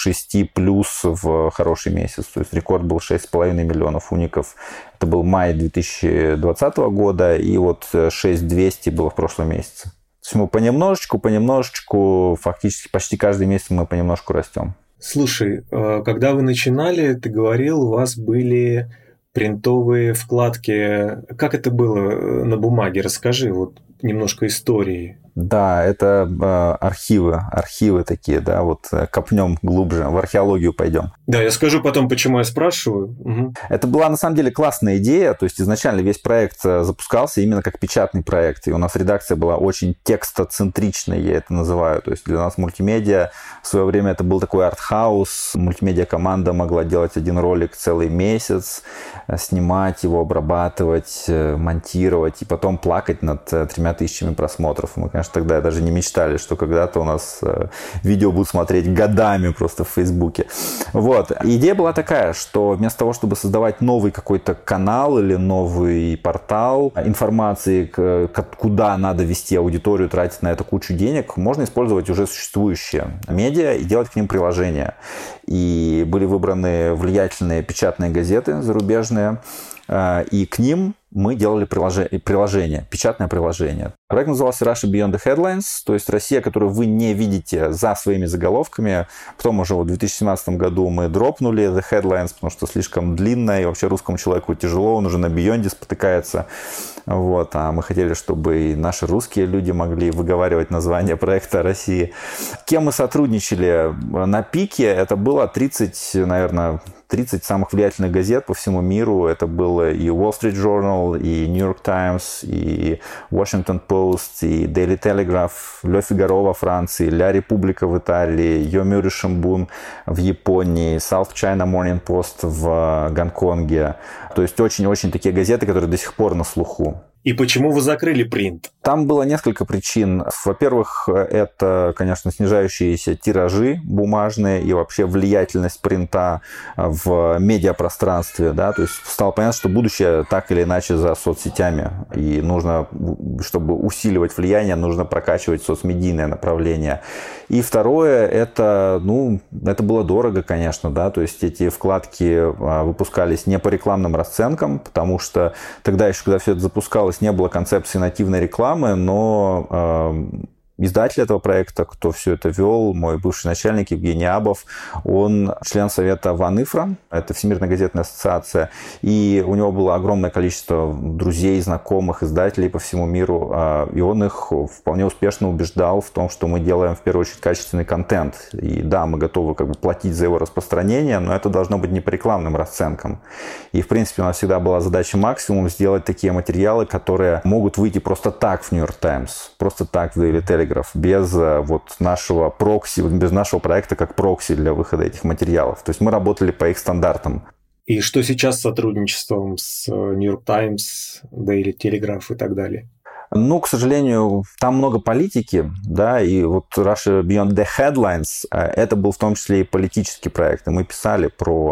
6 плюс в хороший месяц. То есть рекорд был 6,5 миллионов уников. Это был май 2020 года, и вот 6200 было в прошлом месяце. То есть мы понемножечку, фактически почти каждый месяц мы понемножку растем. Слушай, когда вы начинали, ты говорил, у вас были принтовые вкладки. Как это было на бумаге? Расскажи. Вот немножко истории. Да, это архивы такие, да, вот копнем глубже, в археологию пойдем. Да, я скажу потом, почему я спрашиваю. Угу. Это была на самом деле классная идея, то есть изначально весь проект запускался именно как печатный проект, и у нас редакция была очень текстоцентричной, я это называю, то есть для нас мультимедиа в свое время это был такой артхаус, мультимедиа-команда могла делать один ролик целый месяц, снимать его, обрабатывать, монтировать и потом плакать над 3000 просмотров. Мы, конечно, тогда даже не мечтали, что когда-то у нас видео будут смотреть годами просто в Фейсбуке. Вот. Идея была такая, что вместо того, чтобы создавать новый какой-то канал или новый портал информации, куда надо вести аудиторию, тратить на это кучу денег, можно использовать уже существующие медиа и делать к ним приложения. И были выбраны влиятельные печатные газеты зарубежные, и к ним мы делали приложение, печатное приложение. Проект назывался Russia Beyond the Headlines, то есть Россия, которую вы не видите за своими заголовками. Потом уже в 2017 году мы дропнули the Headlines, потому что слишком длинно, и вообще русскому человеку тяжело, он уже на Beyond спотыкается. Вот. А мы хотели, чтобы и наши русские люди могли выговаривать название проекта России. Кем мы сотрудничали на пике? Это было 30 самых влиятельных газет по всему миру. Это было и Wall Street Journal, и New York Times, и Washington Post, и Daily Telegraph, Le Figaro во Франции, La Repubblica в Италии, Yomiuri Shimbun в Японии, South China Morning Post в Гонконге. То есть очень-очень такие газеты, которые до сих пор на слуху. И почему вы закрыли принт? Там было несколько причин. Во-первых, это, конечно, снижающиеся тиражи бумажные и вообще влиятельность принта в медиапространстве. Да? То есть стало понятно, что будущее так или иначе за соцсетями. И нужно, чтобы усиливать влияние, нужно прокачивать соцмедийное направление. И второе, это было дорого, конечно. Да? То есть эти вкладки выпускались не по рекламным расценкам, потому что тогда еще, когда все это запускалось, не было концепции нативной рекламы, но издатель этого проекта, кто все это вел, мой бывший начальник Евгений Абов, он член совета ВАН-ИФРА, это Всемирная газетная ассоциация, и у него было огромное количество друзей, знакомых, издателей по всему миру, и он их вполне успешно убеждал в том, что мы делаем в первую очередь качественный контент. И да, мы готовы платить за его распространение, но это должно быть не по рекламным расценкам. И, в принципе, у нас всегда была задача максимум сделать такие материалы, которые могут выйти просто так в New York Times, просто так в Daily Telegraph, без нашего прокси, без нашего проекта как прокси для выхода этих материалов. То есть мы работали по их стандартам. И что сейчас с сотрудничеством с New York Times, Daily Telegraph и так далее? К сожалению, там много политики, да, и вот Russia Beyond the Headlines, это был в том числе и политический проект, и мы писали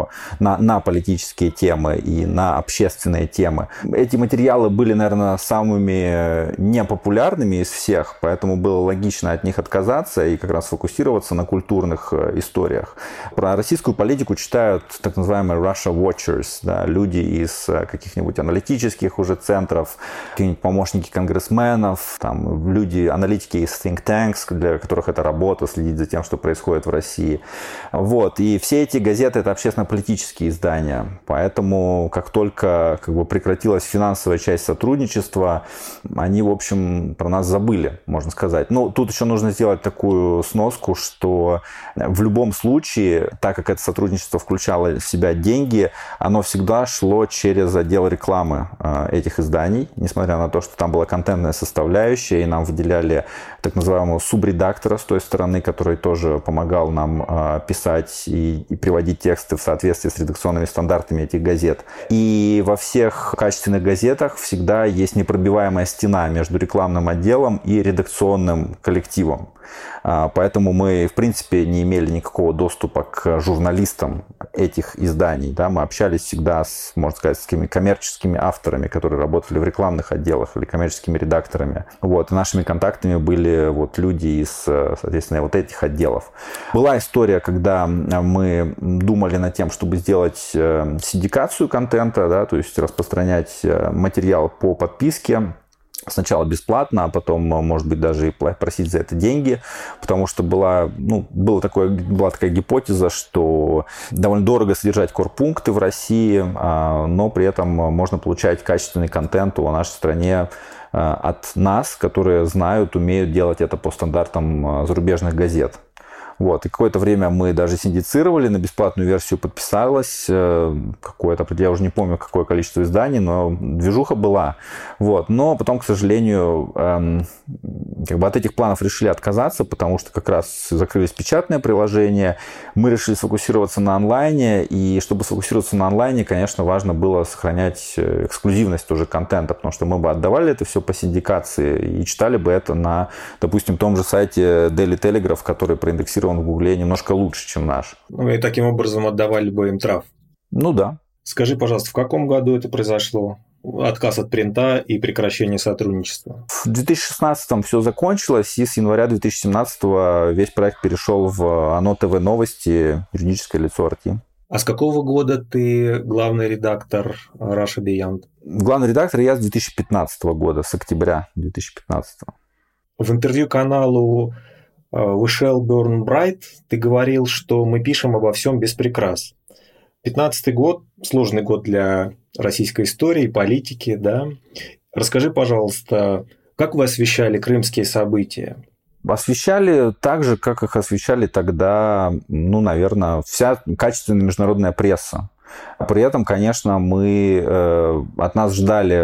на политические темы и на общественные темы. Эти материалы были, наверное, самыми непопулярными из всех, поэтому было логично от них отказаться и как раз фокусироваться на культурных историях. Про российскую политику читают так называемые Russia Watchers, да, люди из каких-нибудь аналитических уже центров, какие-нибудь помощники конгрессменов, там, люди, аналитики из think tanks, для которых это работа, следить за тем, что происходит в России. Вот. И все эти газеты – это общественно-политические издания. Поэтому, как только прекратилась финансовая часть сотрудничества, они, в общем, про нас забыли, можно сказать. Тут еще нужно сделать такую сноску, что в любом случае, так как это сотрудничество включало в себя деньги, оно всегда шло через отдел рекламы этих изданий, несмотря на то, что там была контентная составляющая, и нам выделяли так называемого субредактора с той стороны, который тоже помогал нам писать и приводить тексты в соответствии с редакционными стандартами этих газет. И во всех качественных газетах всегда есть непробиваемая стена между рекламным отделом и редакционным коллективом. Поэтому мы, в принципе, не имели никакого доступа к журналистам этих изданий. Да? Мы общались всегда можно сказать, с такими коммерческими авторами, которые работали в рекламных отделах, или коммерческими редакторами. Вот. И нашими контактами были люди из, соответственно, этих отделов. Была история, когда мы думали над тем, чтобы сделать синдикацию контента, да, то есть распространять материал по подписке. сначала бесплатно, а потом, может быть, даже и просить за это деньги, потому что была такая гипотеза, что довольно дорого содержать корпункты в России, но при этом можно получать качественный контент о нашей стране от нас, которые знают, умеют делать это по стандартам зарубежных газет. Вот. И какое-то время мы даже синдицировали, на бесплатную версию подписалось какое-то, я уже не помню, какое количество изданий, но движуха была. Вот. Но потом, к сожалению, от этих планов решили отказаться, потому что как раз закрылись печатные приложения. Мы решили сфокусироваться на онлайне, и чтобы сфокусироваться на онлайне, конечно, важно было сохранять эксклюзивность тоже контента, потому что мы бы отдавали это все по синдикации и читали бы это на, допустим, том же сайте Daily Telegraph, который проиндексирован в Гугле немножко лучше, чем наш. И таким образом отдавали бы им трав. Да. Скажи, пожалуйста, в каком году это произошло? Отказ от принта и прекращение сотрудничества. В 2016-м все закончилось, и с января 2017-го весь проект перешел в ОНО ТВ Новости, юридическое лицо RT. А с какого года ты главный редактор Russia Beyond? Главный редактор я с 2015 года, с октября 2015. В интервью каналу We Shall Burn Bright ты говорил, что мы пишем обо всем без прикрас. 15-й год – сложный год для российской истории, политики, да? Расскажи, пожалуйста, как вы освещали крымские события? Освещали так же, как их освещали тогда, наверное, вся качественная международная пресса. При этом, конечно, от нас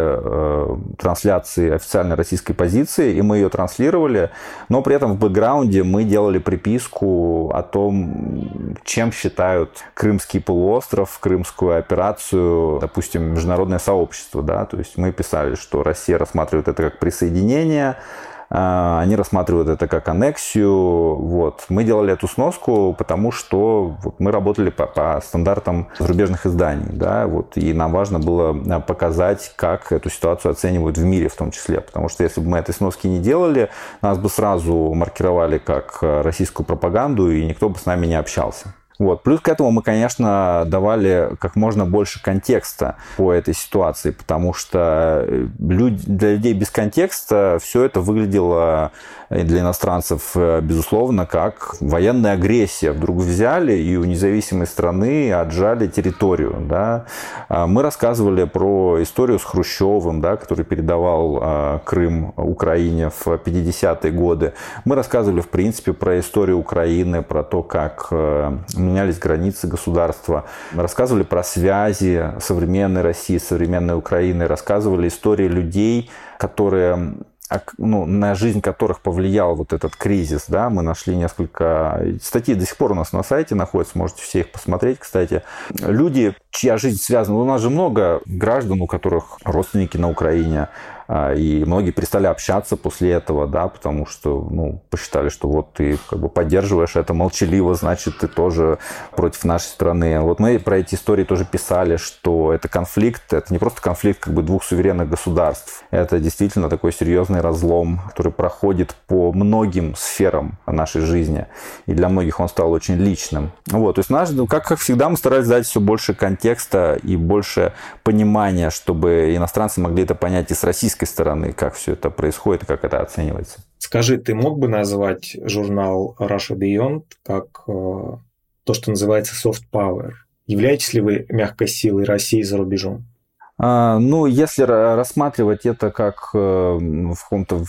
ждали трансляции официальной российской позиции, и мы ее транслировали, но при этом в бэкграунде мы делали приписку о том, чем считают Крымский полуостров, крымскую операцию, допустим, международное сообщество. Да? То есть мы писали, что Россия рассматривает это как присоединение, они рассматривают это как аннексию. Вот. Мы делали эту сноску, потому что мы работали по стандартам зарубежных изданий. Да? Вот. И нам важно было показать, как эту ситуацию оценивают в мире в том числе. Потому что если бы мы этой сноски не делали, нас бы сразу маркировали как российскую пропаганду, и никто бы с нами не общался. Вот. Плюс к этому мы, конечно, давали как можно больше контекста по этой ситуации, потому что для людей без контекста все это выглядело для иностранцев, безусловно, как военная агрессия. Вдруг взяли и у независимой страны отжали территорию. Да? Мы рассказывали про историю с Хрущевым, да, который передавал Крым Украине в 50-е годы. Мы рассказывали, в принципе, про историю Украины, про то, как менялись границы государства. Рассказывали про связи современной России, современной Украины. Рассказывали истории людей, которые, на жизнь которых повлиял вот этот кризис. Да? Мы нашли несколько статей, до сих пор у нас на сайте находятся, можете все их посмотреть, кстати. Люди, чья жизнь связана. У нас же много граждан, у которых родственники на Украине, и многие перестали общаться после этого, да, потому что, посчитали, что вот ты поддерживаешь это молчаливо, значит, ты тоже против нашей страны. Вот мы про эти истории тоже писали, что это конфликт, это не просто конфликт двух суверенных государств, это действительно такой серьезный разлом, который проходит по многим сферам нашей жизни, и для многих он стал очень личным. Вот, то есть как всегда, мы старались дать все больше контекста и больше понимания, чтобы иностранцы могли это понять и с российской стороны, как все это происходит и как это оценивается. Скажи, ты мог бы назвать журнал Russia Beyond как то, что называется soft power? Являетесь ли вы мягкой силой России за рубежом? Если рассматривать это как в каком-то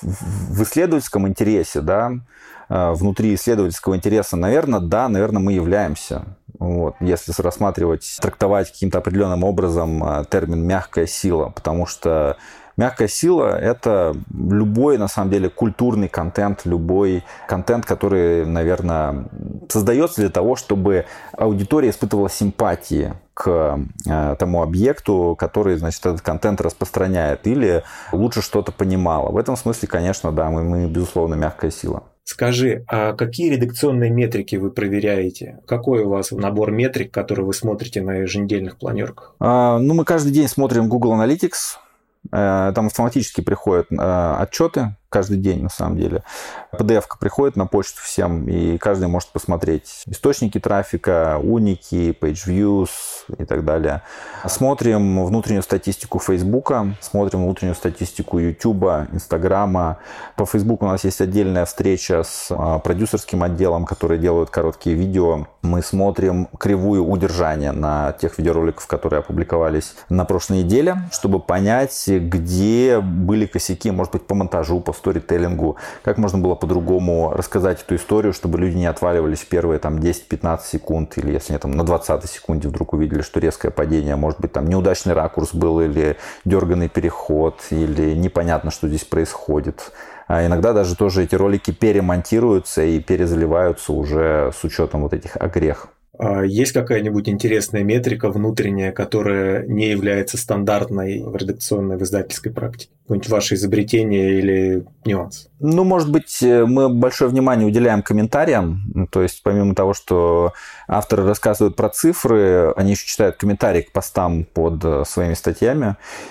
в исследовательском интересе, да, внутри исследовательского интереса, наверное, мы являемся. Вот, если рассматривать, трактовать каким-то определенным образом термин «мягкая сила», потому что мягкая сила – это любой, на самом деле, культурный контент, любой контент, который, наверное, создается для того, чтобы аудитория испытывала симпатии к тому объекту, который, значит, этот контент распространяет, или лучше что-то понимала. В этом смысле, конечно, да, мы безусловно, мягкая сила. Скажи, а какие редакционные метрики вы проверяете? Какой у вас набор метрик, которые вы смотрите на еженедельных планерках? Мы каждый день смотрим Google Analytics. Там автоматически приходят отчеты каждый день, на самом деле. PDF-ка приходит на почту всем, и каждый может посмотреть источники трафика, уники, page views и так далее. Смотрим внутреннюю статистику Фейсбука, смотрим внутреннюю статистику Ютуба, Инстаграма. По Фейсбуку у нас есть отдельная встреча с продюсерским отделом, которые делают короткие видео. Мы смотрим кривую удержания на тех видеороликах, которые опубликовались на прошлой неделе, чтобы понять, где были косяки, может быть, по монтажу, по сторителлингу, как можно было по-другому рассказать эту историю, чтобы люди не отваливались в первые там 10-15 секунд, или если они там на 20 секунде вдруг увидели, что резкое падение, может быть, там неудачный ракурс был, или дерганный переход, или непонятно, что здесь происходит. А иногда даже тоже эти ролики перемонтируются и перезаливаются уже с учетом вот этих огрех. Есть какая-нибудь интересная метрика внутренняя, которая не является стандартной в редакционной, в издательской практике? Какое-нибудь ваше изобретение или нюанс? Ну, может быть, мы большое внимание уделяем комментариям. То есть, помимо того, что авторы рассказывают про цифры, они еще читают комментарии к постам под своими статьями.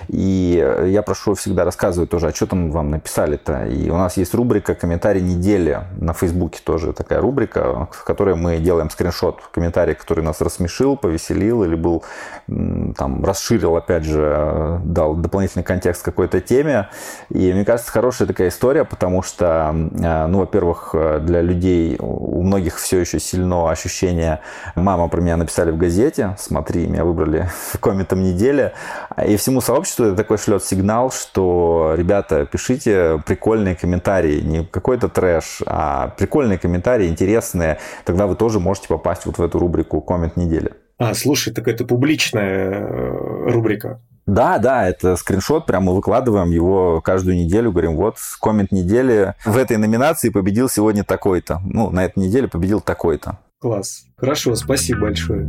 И я прошу всегда рассказывать тоже, а что там вам написали-то. И у нас есть рубрика «Комментарий недели». На Фейсбуке тоже такая рубрика, в которой мы делаем скриншот комментарий, который нас рассмешил, повеселил или был там расширил, опять же, дал дополнительный контекст какой-то теме. И мне кажется, хорошая такая история, потому что, ну, во-первых, для людей, у многих все еще сильно ощущение: мама про меня написали в газете, смотри, меня выбрали комментом недели. И всему сообществу это такой шлет сигнал, что, ребята, пишите прикольные комментарии, не какой-то трэш, а прикольные комментарии, интересные, тогда вы тоже можете попасть вот в эту рубрику «Коммент недели». Слушай, так это публичная рубрика. Да, это скриншот, прямо мы выкладываем его каждую неделю, говорим, вот, коммент недели в этой номинации победил сегодня такой-то. Ну, на этой неделе победил такой-то. Класс. Хорошо, спасибо большое.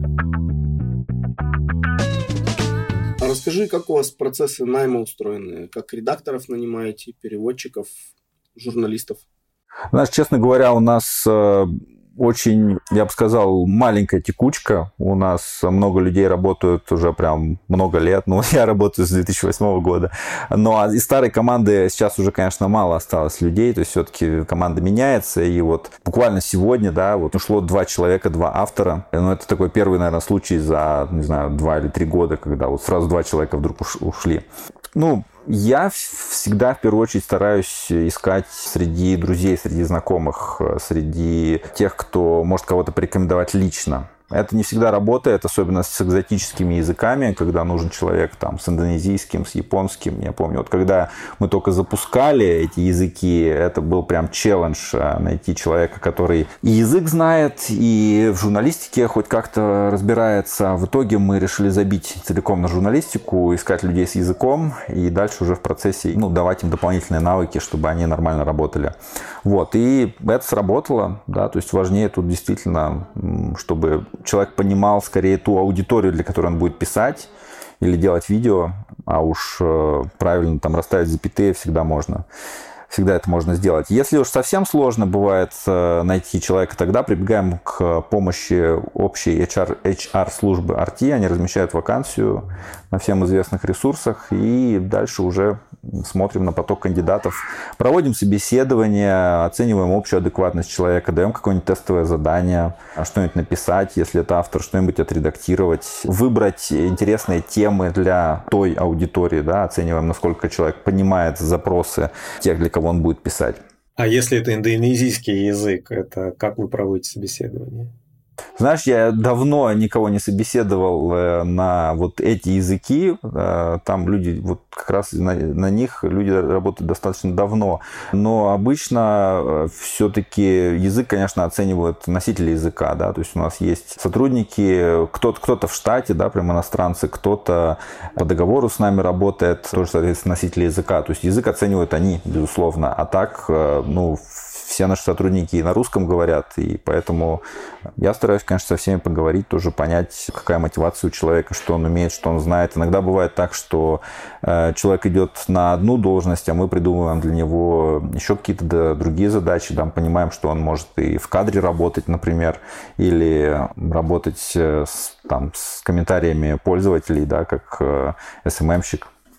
А расскажи, как у вас процессы найма устроены? Как редакторов нанимаете, переводчиков, журналистов? Знаешь, честно говоря, у нас очень, я бы сказал, маленькая текучка. У нас много людей работают уже прям много лет. Ну, я работаю с 2008 года. Но из старой команды сейчас уже, конечно, мало осталось людей. То есть все-таки команда меняется. И вот буквально сегодня, да, вот ушло 2 человека, 2 автора. Ну, это такой первый, наверное, случай за, не знаю, 2 или 3 года, когда вот сразу 2 человека вдруг ушли. Ну, я всегда, в первую очередь, стараюсь искать среди друзей, среди знакомых, среди тех, кто может кого-то порекомендовать лично. Это не всегда работает, особенно с экзотическими языками, когда нужен человек там, с индонезийским, с японским. Я помню, вот когда мы только запускали эти языки, это был прям челлендж найти человека, который и язык знает, и в журналистике хоть как-то разбирается. В итоге мы решили забить целиком на журналистику, искать людей с языком, и дальше уже в процессе давать им дополнительные навыки, чтобы они нормально работали. Вот, и это сработало, да, то есть важнее тут действительно, чтобы человек понимал скорее ту аудиторию, для которой он будет писать или делать видео, а уж правильно там расставить запятые всегда можно. Всегда это можно сделать. Если уж совсем сложно бывает найти человека, тогда прибегаем к помощи общей HR-службы RT. Они размещают вакансию на всем известных ресурсах, и дальше уже смотрим на поток кандидатов. Проводим собеседование, оцениваем общую адекватность человека, даем какое-нибудь тестовое задание, что-нибудь написать, если это автор, что-нибудь отредактировать, выбрать интересные темы для той аудитории, да, оцениваем, насколько человек понимает запросы тех, для кого он будет писать. А если это индонезийский язык, это как вы проводите собеседование? Знаешь, я давно никого не собеседовал на вот эти языки. Там люди, вот как раз на них люди работают достаточно давно. Но обычно все-таки язык, конечно, оценивают носители языка. Да? То есть у нас есть сотрудники, кто-то в штате, да, прям иностранцы, кто-то по договору с нами работает, тоже, соответственно, носители языка. То есть язык оценивают они, безусловно. А так, все наши сотрудники и на русском говорят, и поэтому я стараюсь, конечно, со всеми поговорить, тоже понять, какая мотивация у человека, что он умеет, что он знает. Иногда бывает так, что человек идет на одну должность, а мы придумываем для него еще какие-то другие задачи, да, понимаем, что он может и в кадре работать, например, или работать с комментариями пользователей, да, как SMM-щик.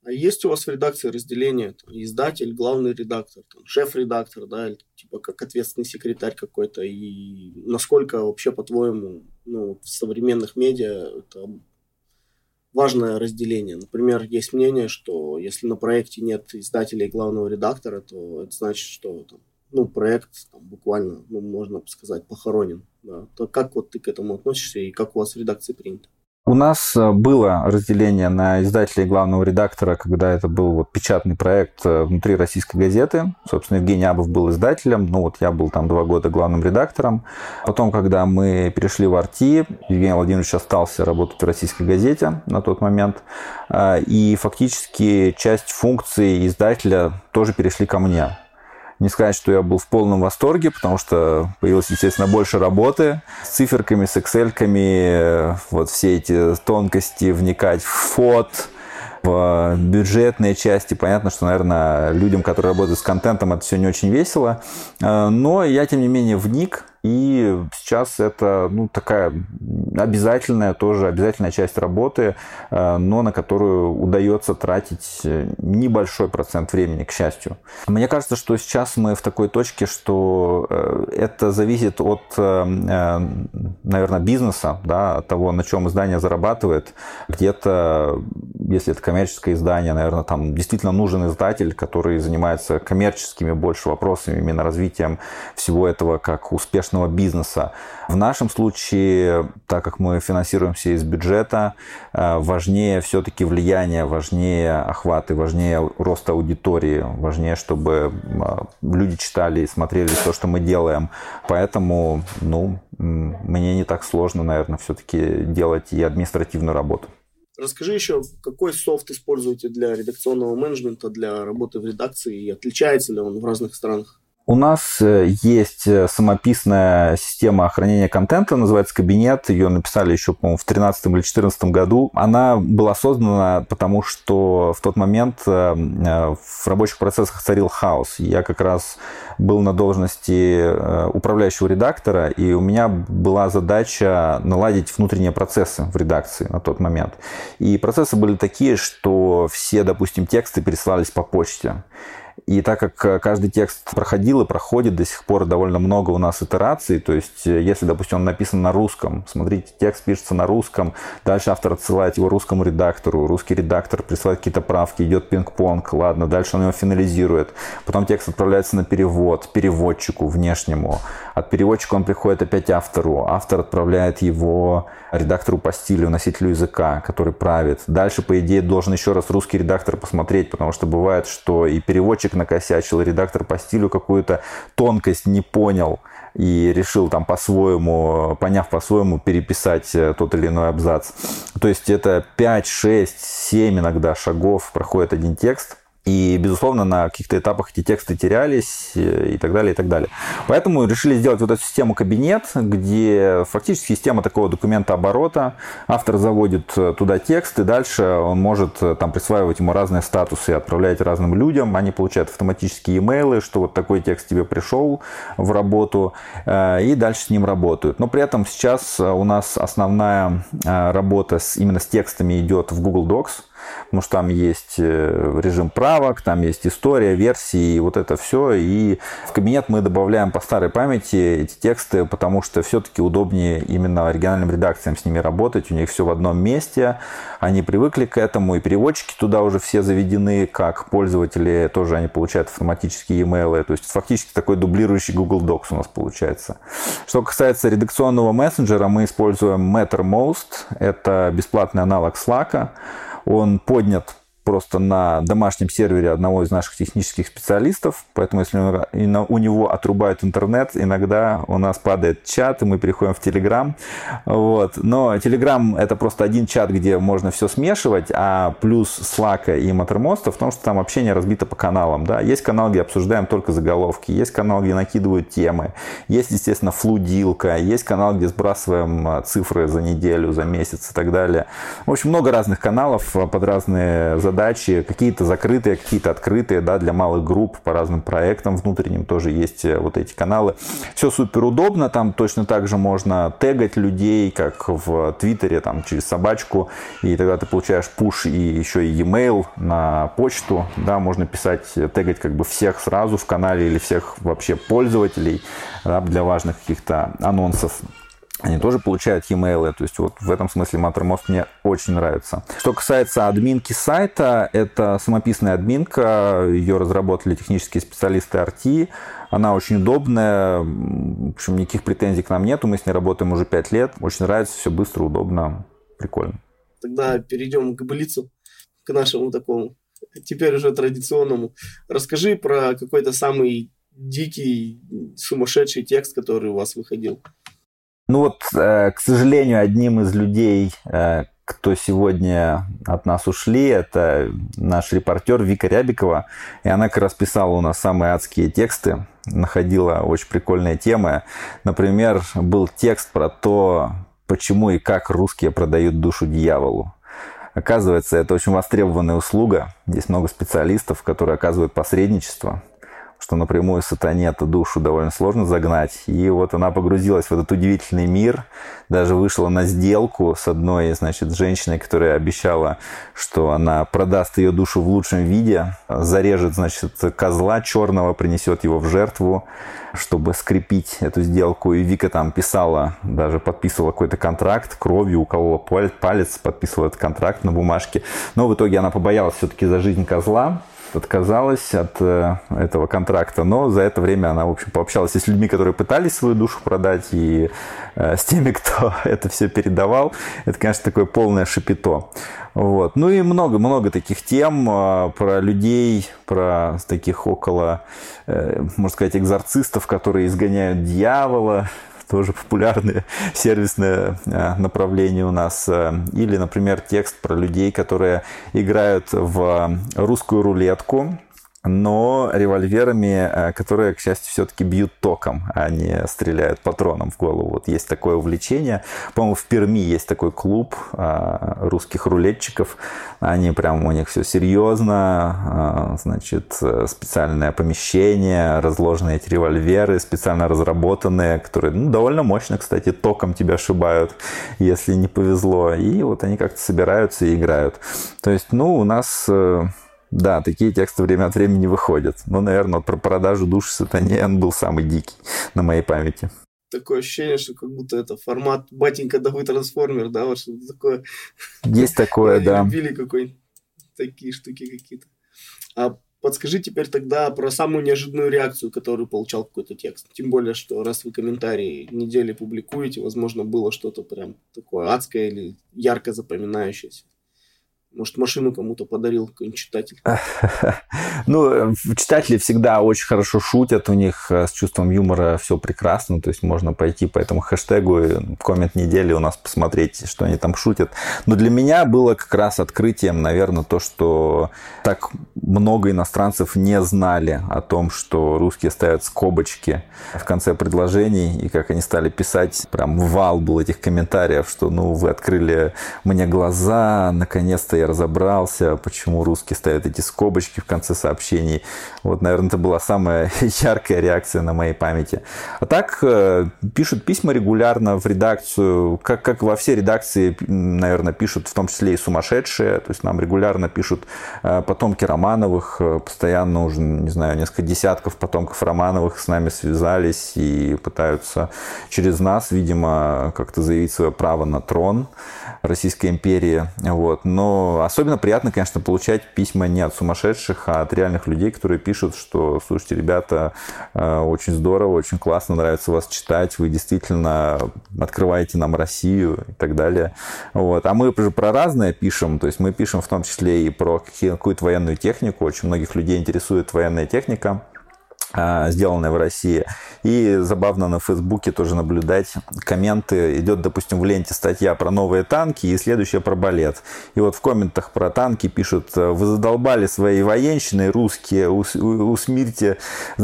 А есть у вас в редакции разделение, там, издатель, главный редактор, там, шеф-редактор, да, или типа как ответственный секретарь какой-то, и насколько вообще, по-твоему, в современных медиа это важное разделение? Например, есть мнение, что если на проекте нет издателя и главного редактора, то это значит, что там, проект там, буквально, можно сказать, похоронен. Да. То как вот ты к этому относишься и как у вас в редакции принято? У нас было разделение на издателя и главного редактора, когда это был печатный проект внутри российской газеты. Собственно, Евгений Абов был издателем, я был там 2 года главным редактором. Потом, когда мы перешли в RT, Евгений Владимирович остался работать в российской газете на тот момент. И фактически часть функций издателя тоже перешли ко мне. Не сказать, что я был в полном восторге, потому что появилось, естественно, больше работы с циферками, с эксельками, все эти тонкости, вникать в фот, в бюджетные части. Понятно, что, наверное, людям, которые работают с контентом, это все не очень весело. Но я, тем не менее, вник. И сейчас это такая обязательная часть работы, но на которую удается тратить небольшой процент времени, к счастью. Мне кажется, что сейчас мы в такой точке, что это зависит от, наверное, бизнеса, да, от того, на чем издание зарабатывает. Где-то, если это коммерческое издание, наверное, там действительно нужен издатель, который занимается коммерческими больше вопросами, именно развитием всего этого как успешного бизнеса. В нашем случае, так как мы финансируемся из бюджета, важнее все-таки влияние, важнее охваты, важнее рост аудитории, важнее, чтобы люди читали и смотрели то, что мы делаем. Поэтому, мне не так сложно, наверное, все-таки делать и административную работу. Расскажи еще, какой софт используете для редакционного менеджмента, для работы в редакции, и отличается ли он в разных странах? У нас есть самописная система хранения контента, называется «Кабинет». Ее написали еще, по-моему, в 2013 или 2014 году. Она была создана потому, что в тот момент в рабочих процессах царил хаос. Я как раз был на должности управляющего редактора, и у меня была задача наладить внутренние процессы в редакции на тот момент. И процессы были такие, что все, допустим, тексты пересылались по почте. И так как каждый текст проходил и проходит до сих пор довольно много у нас итераций, то есть если, допустим, он написан на русском, смотрите, текст пишется на русском, дальше автор отсылает его русскому редактору, русский редактор присылает какие-то правки, идет пинг-понг, ладно, дальше он его финализирует, потом текст отправляется на перевод переводчику внешнему, от переводчика он приходит опять автору, автор отправляет его редактору по стилю, носителю языка, который правит. Дальше, по идее, должен еще раз русский редактор посмотреть, потому что бывает, что и переводчик накосячил, и редактор по стилю какую-то тонкость не понял и решил там по-своему, поняв по-своему, переписать тот или иной абзац. То есть это 5, 6, 7 иногда шагов проходит один текст. И, безусловно, на каких-то этапах эти тексты терялись и так далее, и так далее. Поэтому решили сделать вот эту систему «Кабинет», где фактически система такого документа оборота. Автор заводит туда текст, и дальше он может там присваивать ему разные статусы и отправлять разным людям. Они получают автоматические имейлы, что вот такой текст тебе пришел в работу, и дальше с ним работают. Но при этом сейчас у нас основная работа именно с текстами идет в Google Docs, потому что там есть режим правок, там есть история, версии, вот это все. И в кабинет мы добавляем по старой памяти эти тексты, потому что все-таки удобнее именно оригинальным редакциям с ними работать. У них все в одном месте, они привыкли к этому, и переводчики туда уже все заведены, как пользователи тоже они получают автоматические e-mail. То есть фактически такой дублирующий Google Docs у нас получается. Что касается редакционного мессенджера, мы используем Mattermost. Это бесплатный аналог Slack. Он поднят просто на домашнем сервере одного из наших технических специалистов, поэтому если у него отрубают интернет, иногда у нас падает чат, и мы переходим в Telegram. Вот. Но Telegram — это просто один чат, где можно все смешивать, а плюс Slack и Mattermost в том, что там общение разбито по каналам. Да? Есть канал, где обсуждаем только заголовки, есть канал, где накидывают темы, есть, естественно, флудилка, есть канал, где сбрасываем цифры за неделю, за месяц и так далее. В общем, много разных каналов под разные задачи. задачи, какие-то закрытые, какие-то открытые, да, для малых групп по разным проектам внутренним тоже есть вот эти каналы. Все супер удобно, там точно так же можно тегать людей, как в Твиттере, там через собачку, и тогда ты получаешь пуш и еще и e-mail на почту, да, можно писать, тегать как бы всех сразу в канале или всех вообще пользователей, да, для важных каких-то анонсов. Они тоже получают e-mail, то есть вот в этом смысле Mattermost мне очень нравится. Что касается админки сайта, это самописная админка, ее разработали технические специалисты RT, она очень удобная, в общем, никаких претензий к нам нету, мы с ней работаем уже 5 лет, очень нравится, все быстро, удобно, прикольно. Тогда перейдем к блицу, к нашему такому, теперь уже традиционному. Расскажи про какой-то самый дикий, сумасшедший текст, который у вас выходил. Ну вот, к сожалению, одним из людей, кто сегодня от нас ушли, это наш репортер Вика Рябикова. И она как раз писала у нас самые адские тексты, находила очень прикольные темы. Например, был текст про то, почему и как русские продают душу дьяволу. Оказывается, это очень востребованная услуга. Есть много специалистов, которые оказывают посредничество, что напрямую сатане эту душу довольно сложно загнать. И вот она погрузилась в этот удивительный мир, даже вышла на сделку с одной, значит, женщиной, которая обещала, что она продаст ее душу в лучшем виде, зарежет, значит, козла черного, принесет его в жертву, чтобы скрепить эту сделку. И Вика там писала, даже подписывала какой-то контракт, кровью уколола палец, подписывала этот контракт на бумажке. Но в итоге она побоялась все-таки за жизнь козла, отказалась от этого контракта, но за это время она, в общем, пообщалась и с людьми, которые пытались свою душу продать, и с теми, кто это все передавал. Это, конечно, такое полное шапито. Вот. Ну и много таких тем про людей, про таких около, можно сказать, экзорцистов, которые изгоняют дьявола. Тоже популярное сервисное направление у нас. Или, например, текст про людей, которые играют в русскую рулетку, но револьверами, которые, к счастью, все-таки бьют током, а не стреляют патроном в голову. Вот есть такое увлечение. По-моему, в Перми есть такой клуб русских рулетчиков. Они прям, у них все серьезно. Значит, специальное помещение, разложенные эти револьверы, специально разработанные, которые, ну, довольно мощно, кстати, током тебя шибают, если не повезло. И вот они как-то собираются и играют. То есть, ну, у нас... Да, такие тексты время от времени выходят. Но, наверное, про продажу души сатане он был самый дикий на моей памяти. Такое ощущение, что как будто это формат «Батенька, да вы трансформер», да, вот что-то такое. Есть такое, да. Любили какой-нибудь такие штуки какие-то. А подскажи теперь тогда про самую неожиданную реакцию, которую получал какой-то текст. Тем более, что раз вы комментарии недели публикуете, возможно, было что-то прям такое адское или ярко запоминающееся. Может, машину кому-то подарил какой-нибудь читатель? Ну, читатели всегда очень хорошо шутят, у них с чувством юмора все прекрасно, то есть можно пойти по этому хэштегу, коммент недели у нас посмотреть, что они там шутят. Но для меня было как раз открытием, наверное, то, что так много иностранцев не знали о том, что русские ставят скобочки в конце предложений, и как они стали писать, прям вал был этих комментариев, что, ну, вы открыли мне глаза, наконец-то я разобрался, почему русские ставят эти скобочки в конце сообщений. Вот, наверное, это была самая яркая реакция на моей памяти. А так, пишут письма регулярно в редакцию, как во все редакции, наверное, пишут, в том числе и сумасшедшие, то есть нам регулярно пишут потомки Романовых, постоянно уже, не знаю, несколько десятков потомков Романовых с нами связались и пытаются через нас, видимо, как-то заявить свое право на трон Российской империи. Вот. Но особенно приятно, конечно, получать письма не от сумасшедших, а от реальных людей, которые пишут, что, слушайте, ребята, очень здорово, очень классно, нравится вас читать, вы действительно открываете нам Россию и так далее. Вот. А мы же про разное пишем, то есть мы пишем в том числе и про какую-то военную технику, очень многих людей интересует военная техника. сделанное в России. И забавно на Фейсбуке тоже наблюдать комменты. Идет, допустим, в ленте статья про новые танки и следующая про балет. И вот в комментах про танки пишут: вы задолбали своей военщиной, русские, умерьте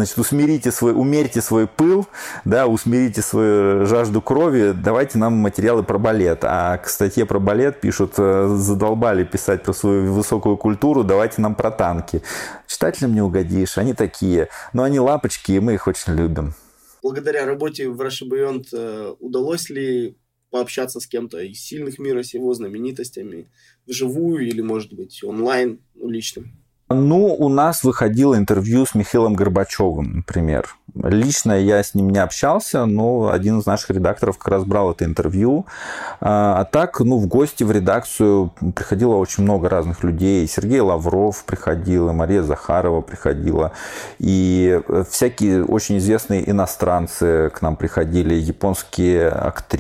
свой пыл, да, усмирите свою жажду крови, давайте нам материалы про балет. А к статье про балет пишут: задолбали писать про свою высокую культуру, давайте нам про танки. Читателям не угодишь, они такие. Но они лапочки, и мы их очень любим. Благодаря работе в Russia Beyond удалось ли пообщаться с кем-то из сильных мира сего, знаменитостями, вживую или, может быть, онлайн, лично? Ну, у нас выходило интервью с Михаилом Горбачевым, например. Лично я с ним не общался, но один из наших редакторов как раз брал это интервью. А так, в гости в редакцию приходило очень много разных людей. Сергей Лавров приходил, и Мария Захарова приходила. И всякие очень известные иностранцы к нам приходили, японские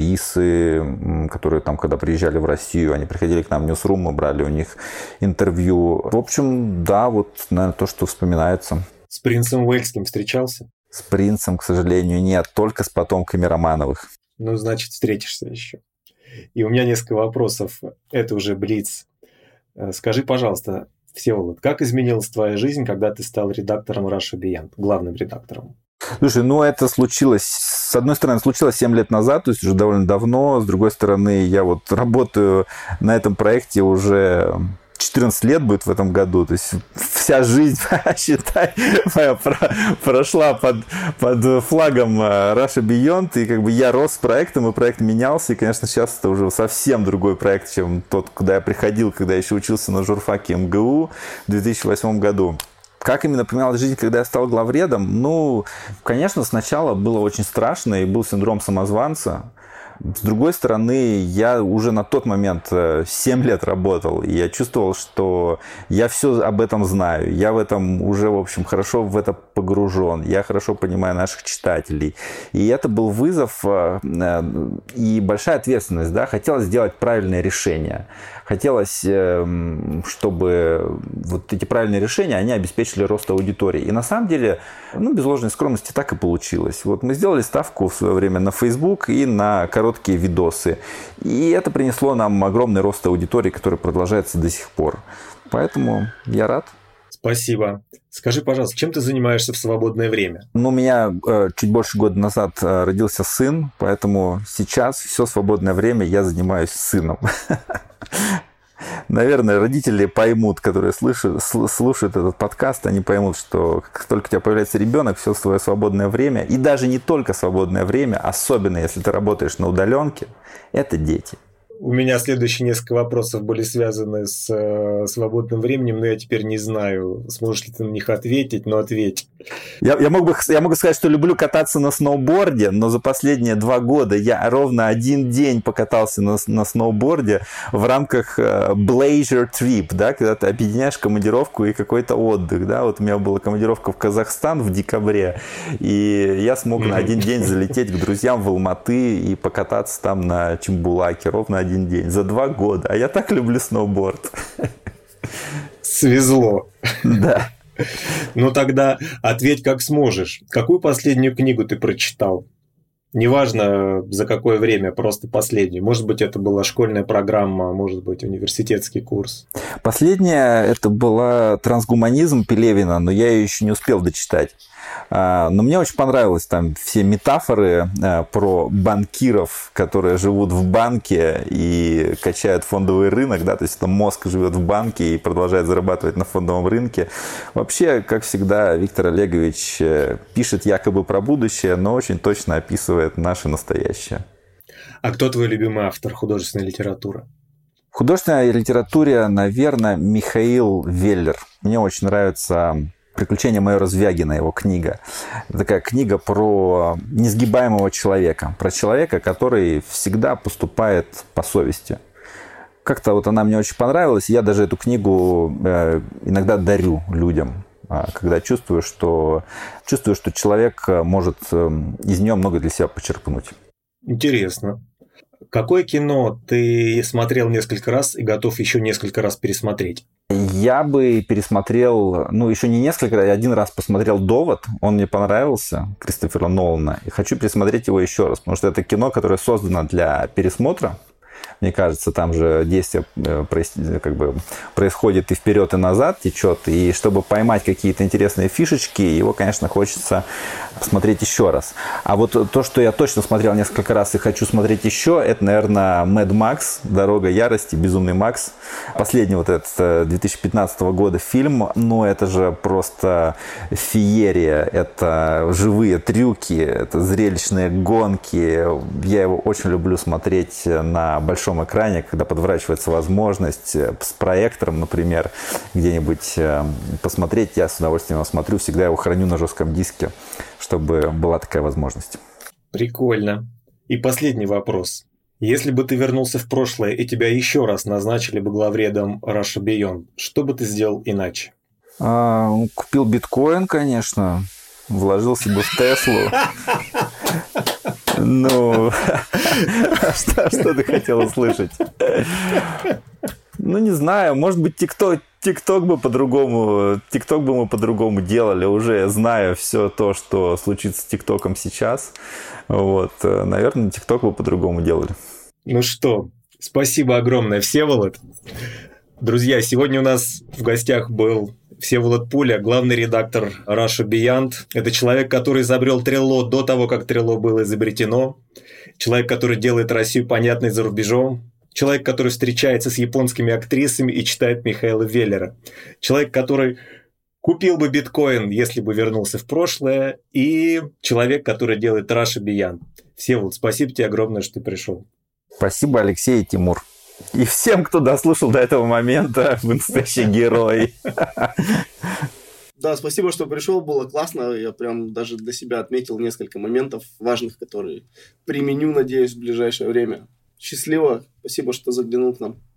актрисы, которые там, когда приезжали в Россию, они приходили к нам в Ньюсрум, мы брали у них интервью. В общем, да, вот, наверное, то, что вспоминается. С принцем Уэльским встречался? С принцем, к сожалению, нет, только с потомками Романовых. Ну, значит, встретишься еще. И у меня несколько вопросов. Это уже блиц. Скажи, пожалуйста, Всеволод, как изменилась твоя жизнь, когда ты стал редактором Russia Beyond, главным редактором? Слушай, это случилось, с одной стороны, случилось 7 лет назад, то есть уже довольно давно, с другой стороны, я вот работаю на этом проекте уже 14 лет будет в этом году, то есть вся жизнь, считай, моя прошла под флагом Russia Beyond, и как бы я рос с проектом, и проект менялся, и, конечно, сейчас это уже совсем другой проект, чем тот, куда я приходил, когда я еще учился на журфаке МГУ в 2008 году. Как именно поменялась жизнь, когда я стал главредом? Конечно, сначала было очень страшно, и был синдром самозванца. С другой стороны, я уже на тот момент 7 лет работал, и я чувствовал, что я все об этом знаю. Я в этом уже, в общем, хорошо в это погружен. Я хорошо понимаю наших читателей. И это был вызов и большая ответственность. Да? Хотелось сделать правильное решение. Хотелось, чтобы вот эти правильные решения, они обеспечили рост аудитории. И на самом деле, без ложной скромности, так и получилось. Вот мы сделали ставку в свое время на Facebook и на короткие видосы. И это принесло нам огромный рост аудитории, который продолжается до сих пор. Поэтому я рад. Спасибо. Скажи, пожалуйста, чем ты занимаешься в свободное время? У меня чуть больше года назад родился сын, поэтому сейчас все свободное время я занимаюсь сыном. Наверное, родители поймут, которые слушают этот подкаст, они поймут, что как только у тебя появляется ребенок, все свое свободное время, и даже не только свободное время, особенно если ты работаешь на удаленке, это дети. У меня следующие несколько вопросов были связаны с свободным временем, но я теперь не знаю, сможешь ли ты на них ответить, но ответь. Я могу сказать, что люблю кататься на сноуборде, но за последние 2 года я ровно 1 день покатался на сноуборде в рамках Bleisure Trip, да, когда ты объединяешь командировку и какой-то отдых. Да? Вот у меня была командировка в Казахстан в декабре, и я смог на 1 день залететь к друзьям в Алматы и покататься там на Чембулаке ровно 1 день за 2 года. А я так люблю сноуборд. Свезло. Да. Ну тогда ответь как сможешь. Какую последнюю книгу ты прочитал? Неважно, за какое время, просто последнюю. Может быть, это была школьная программа, может быть, университетский курс. Последняя это была «Трансгуманизм» Пелевина, но я ее еще не успел дочитать. Но мне очень понравилось там все метафоры про банкиров, которые живут в банке и качают фондовый рынок, да, то есть это мозг живет в банке и продолжает зарабатывать на фондовом рынке. Вообще, как всегда, Виктор Олегович пишет якобы про будущее, но очень точно описывает наше настоящее. А кто твой любимый автор художественной литературы? В художественной литературе, наверное, Михаил Веллер. Мне очень нравится «Приключения майора Звягина», его книга. Это такая книга про несгибаемого человека, про человека, который всегда поступает по совести. Как-то вот она мне очень понравилась, и я даже эту книгу иногда дарю людям, когда чувствую, что человек может из нее много для себя почерпнуть. Интересно. Какое кино ты смотрел несколько раз и готов еще несколько раз пересмотреть? Я бы пересмотрел, еще не несколько раз, один раз посмотрел «Довод», он мне понравился, Кристофера Нолана, и хочу пересмотреть его еще раз, потому что это кино, которое создано для пересмотра. Мне кажется, там же действие происходит и вперед, и назад течет. И чтобы поймать какие-то интересные фишечки, его, конечно, хочется посмотреть еще раз. А вот то, что я точно смотрел несколько раз и хочу смотреть еще, это, наверное, Мэд Макс, «Дорога ярости», «Безумный Макс». Последний вот этот 2015 года фильм, это же просто феерия. Это живые трюки, это зрелищные гонки. Я его очень люблю смотреть на большом экране, когда подворачивается возможность с проектором, например, где-нибудь посмотреть. Я с удовольствием его смотрю, всегда его храню на жестком диске, чтобы была такая возможность. Прикольно. И последний вопрос. Если бы ты вернулся в прошлое и тебя еще раз назначили бы главредом Russia Beyond, что бы ты сделал иначе? Купил биткоин, конечно, вложился бы в Теслу. Что ты хотел услышать? Не знаю, может быть, ТикТок бы мы по-другому делали, уже зная все то, что случится с ТикТоком сейчас. Наверное, ТикТок бы по-другому делали. Спасибо огромное, Всеволод. Друзья, сегодня у нас в гостях был Всеволод Пуля, главный редактор Russia Beyond. Это человек, который изобрел Trello до того, как Trello было изобретено. Человек, который делает Россию понятной за рубежом. Человек, который встречается с японскими актрисами и читает Михаила Веллера. Человек, который купил бы биткоин, если бы вернулся в прошлое. И человек, который делает Russia Beyond. Всеволод, спасибо тебе огромное, что ты пришел. Спасибо, Алексей и Тимур. И всем, кто дослушал до этого момента, вы настоящий герой. Да, спасибо, что пришел, было классно. Я прям даже для себя отметил несколько моментов важных, которые применю, надеюсь, в ближайшее время. Счастливо, спасибо, что заглянул к нам.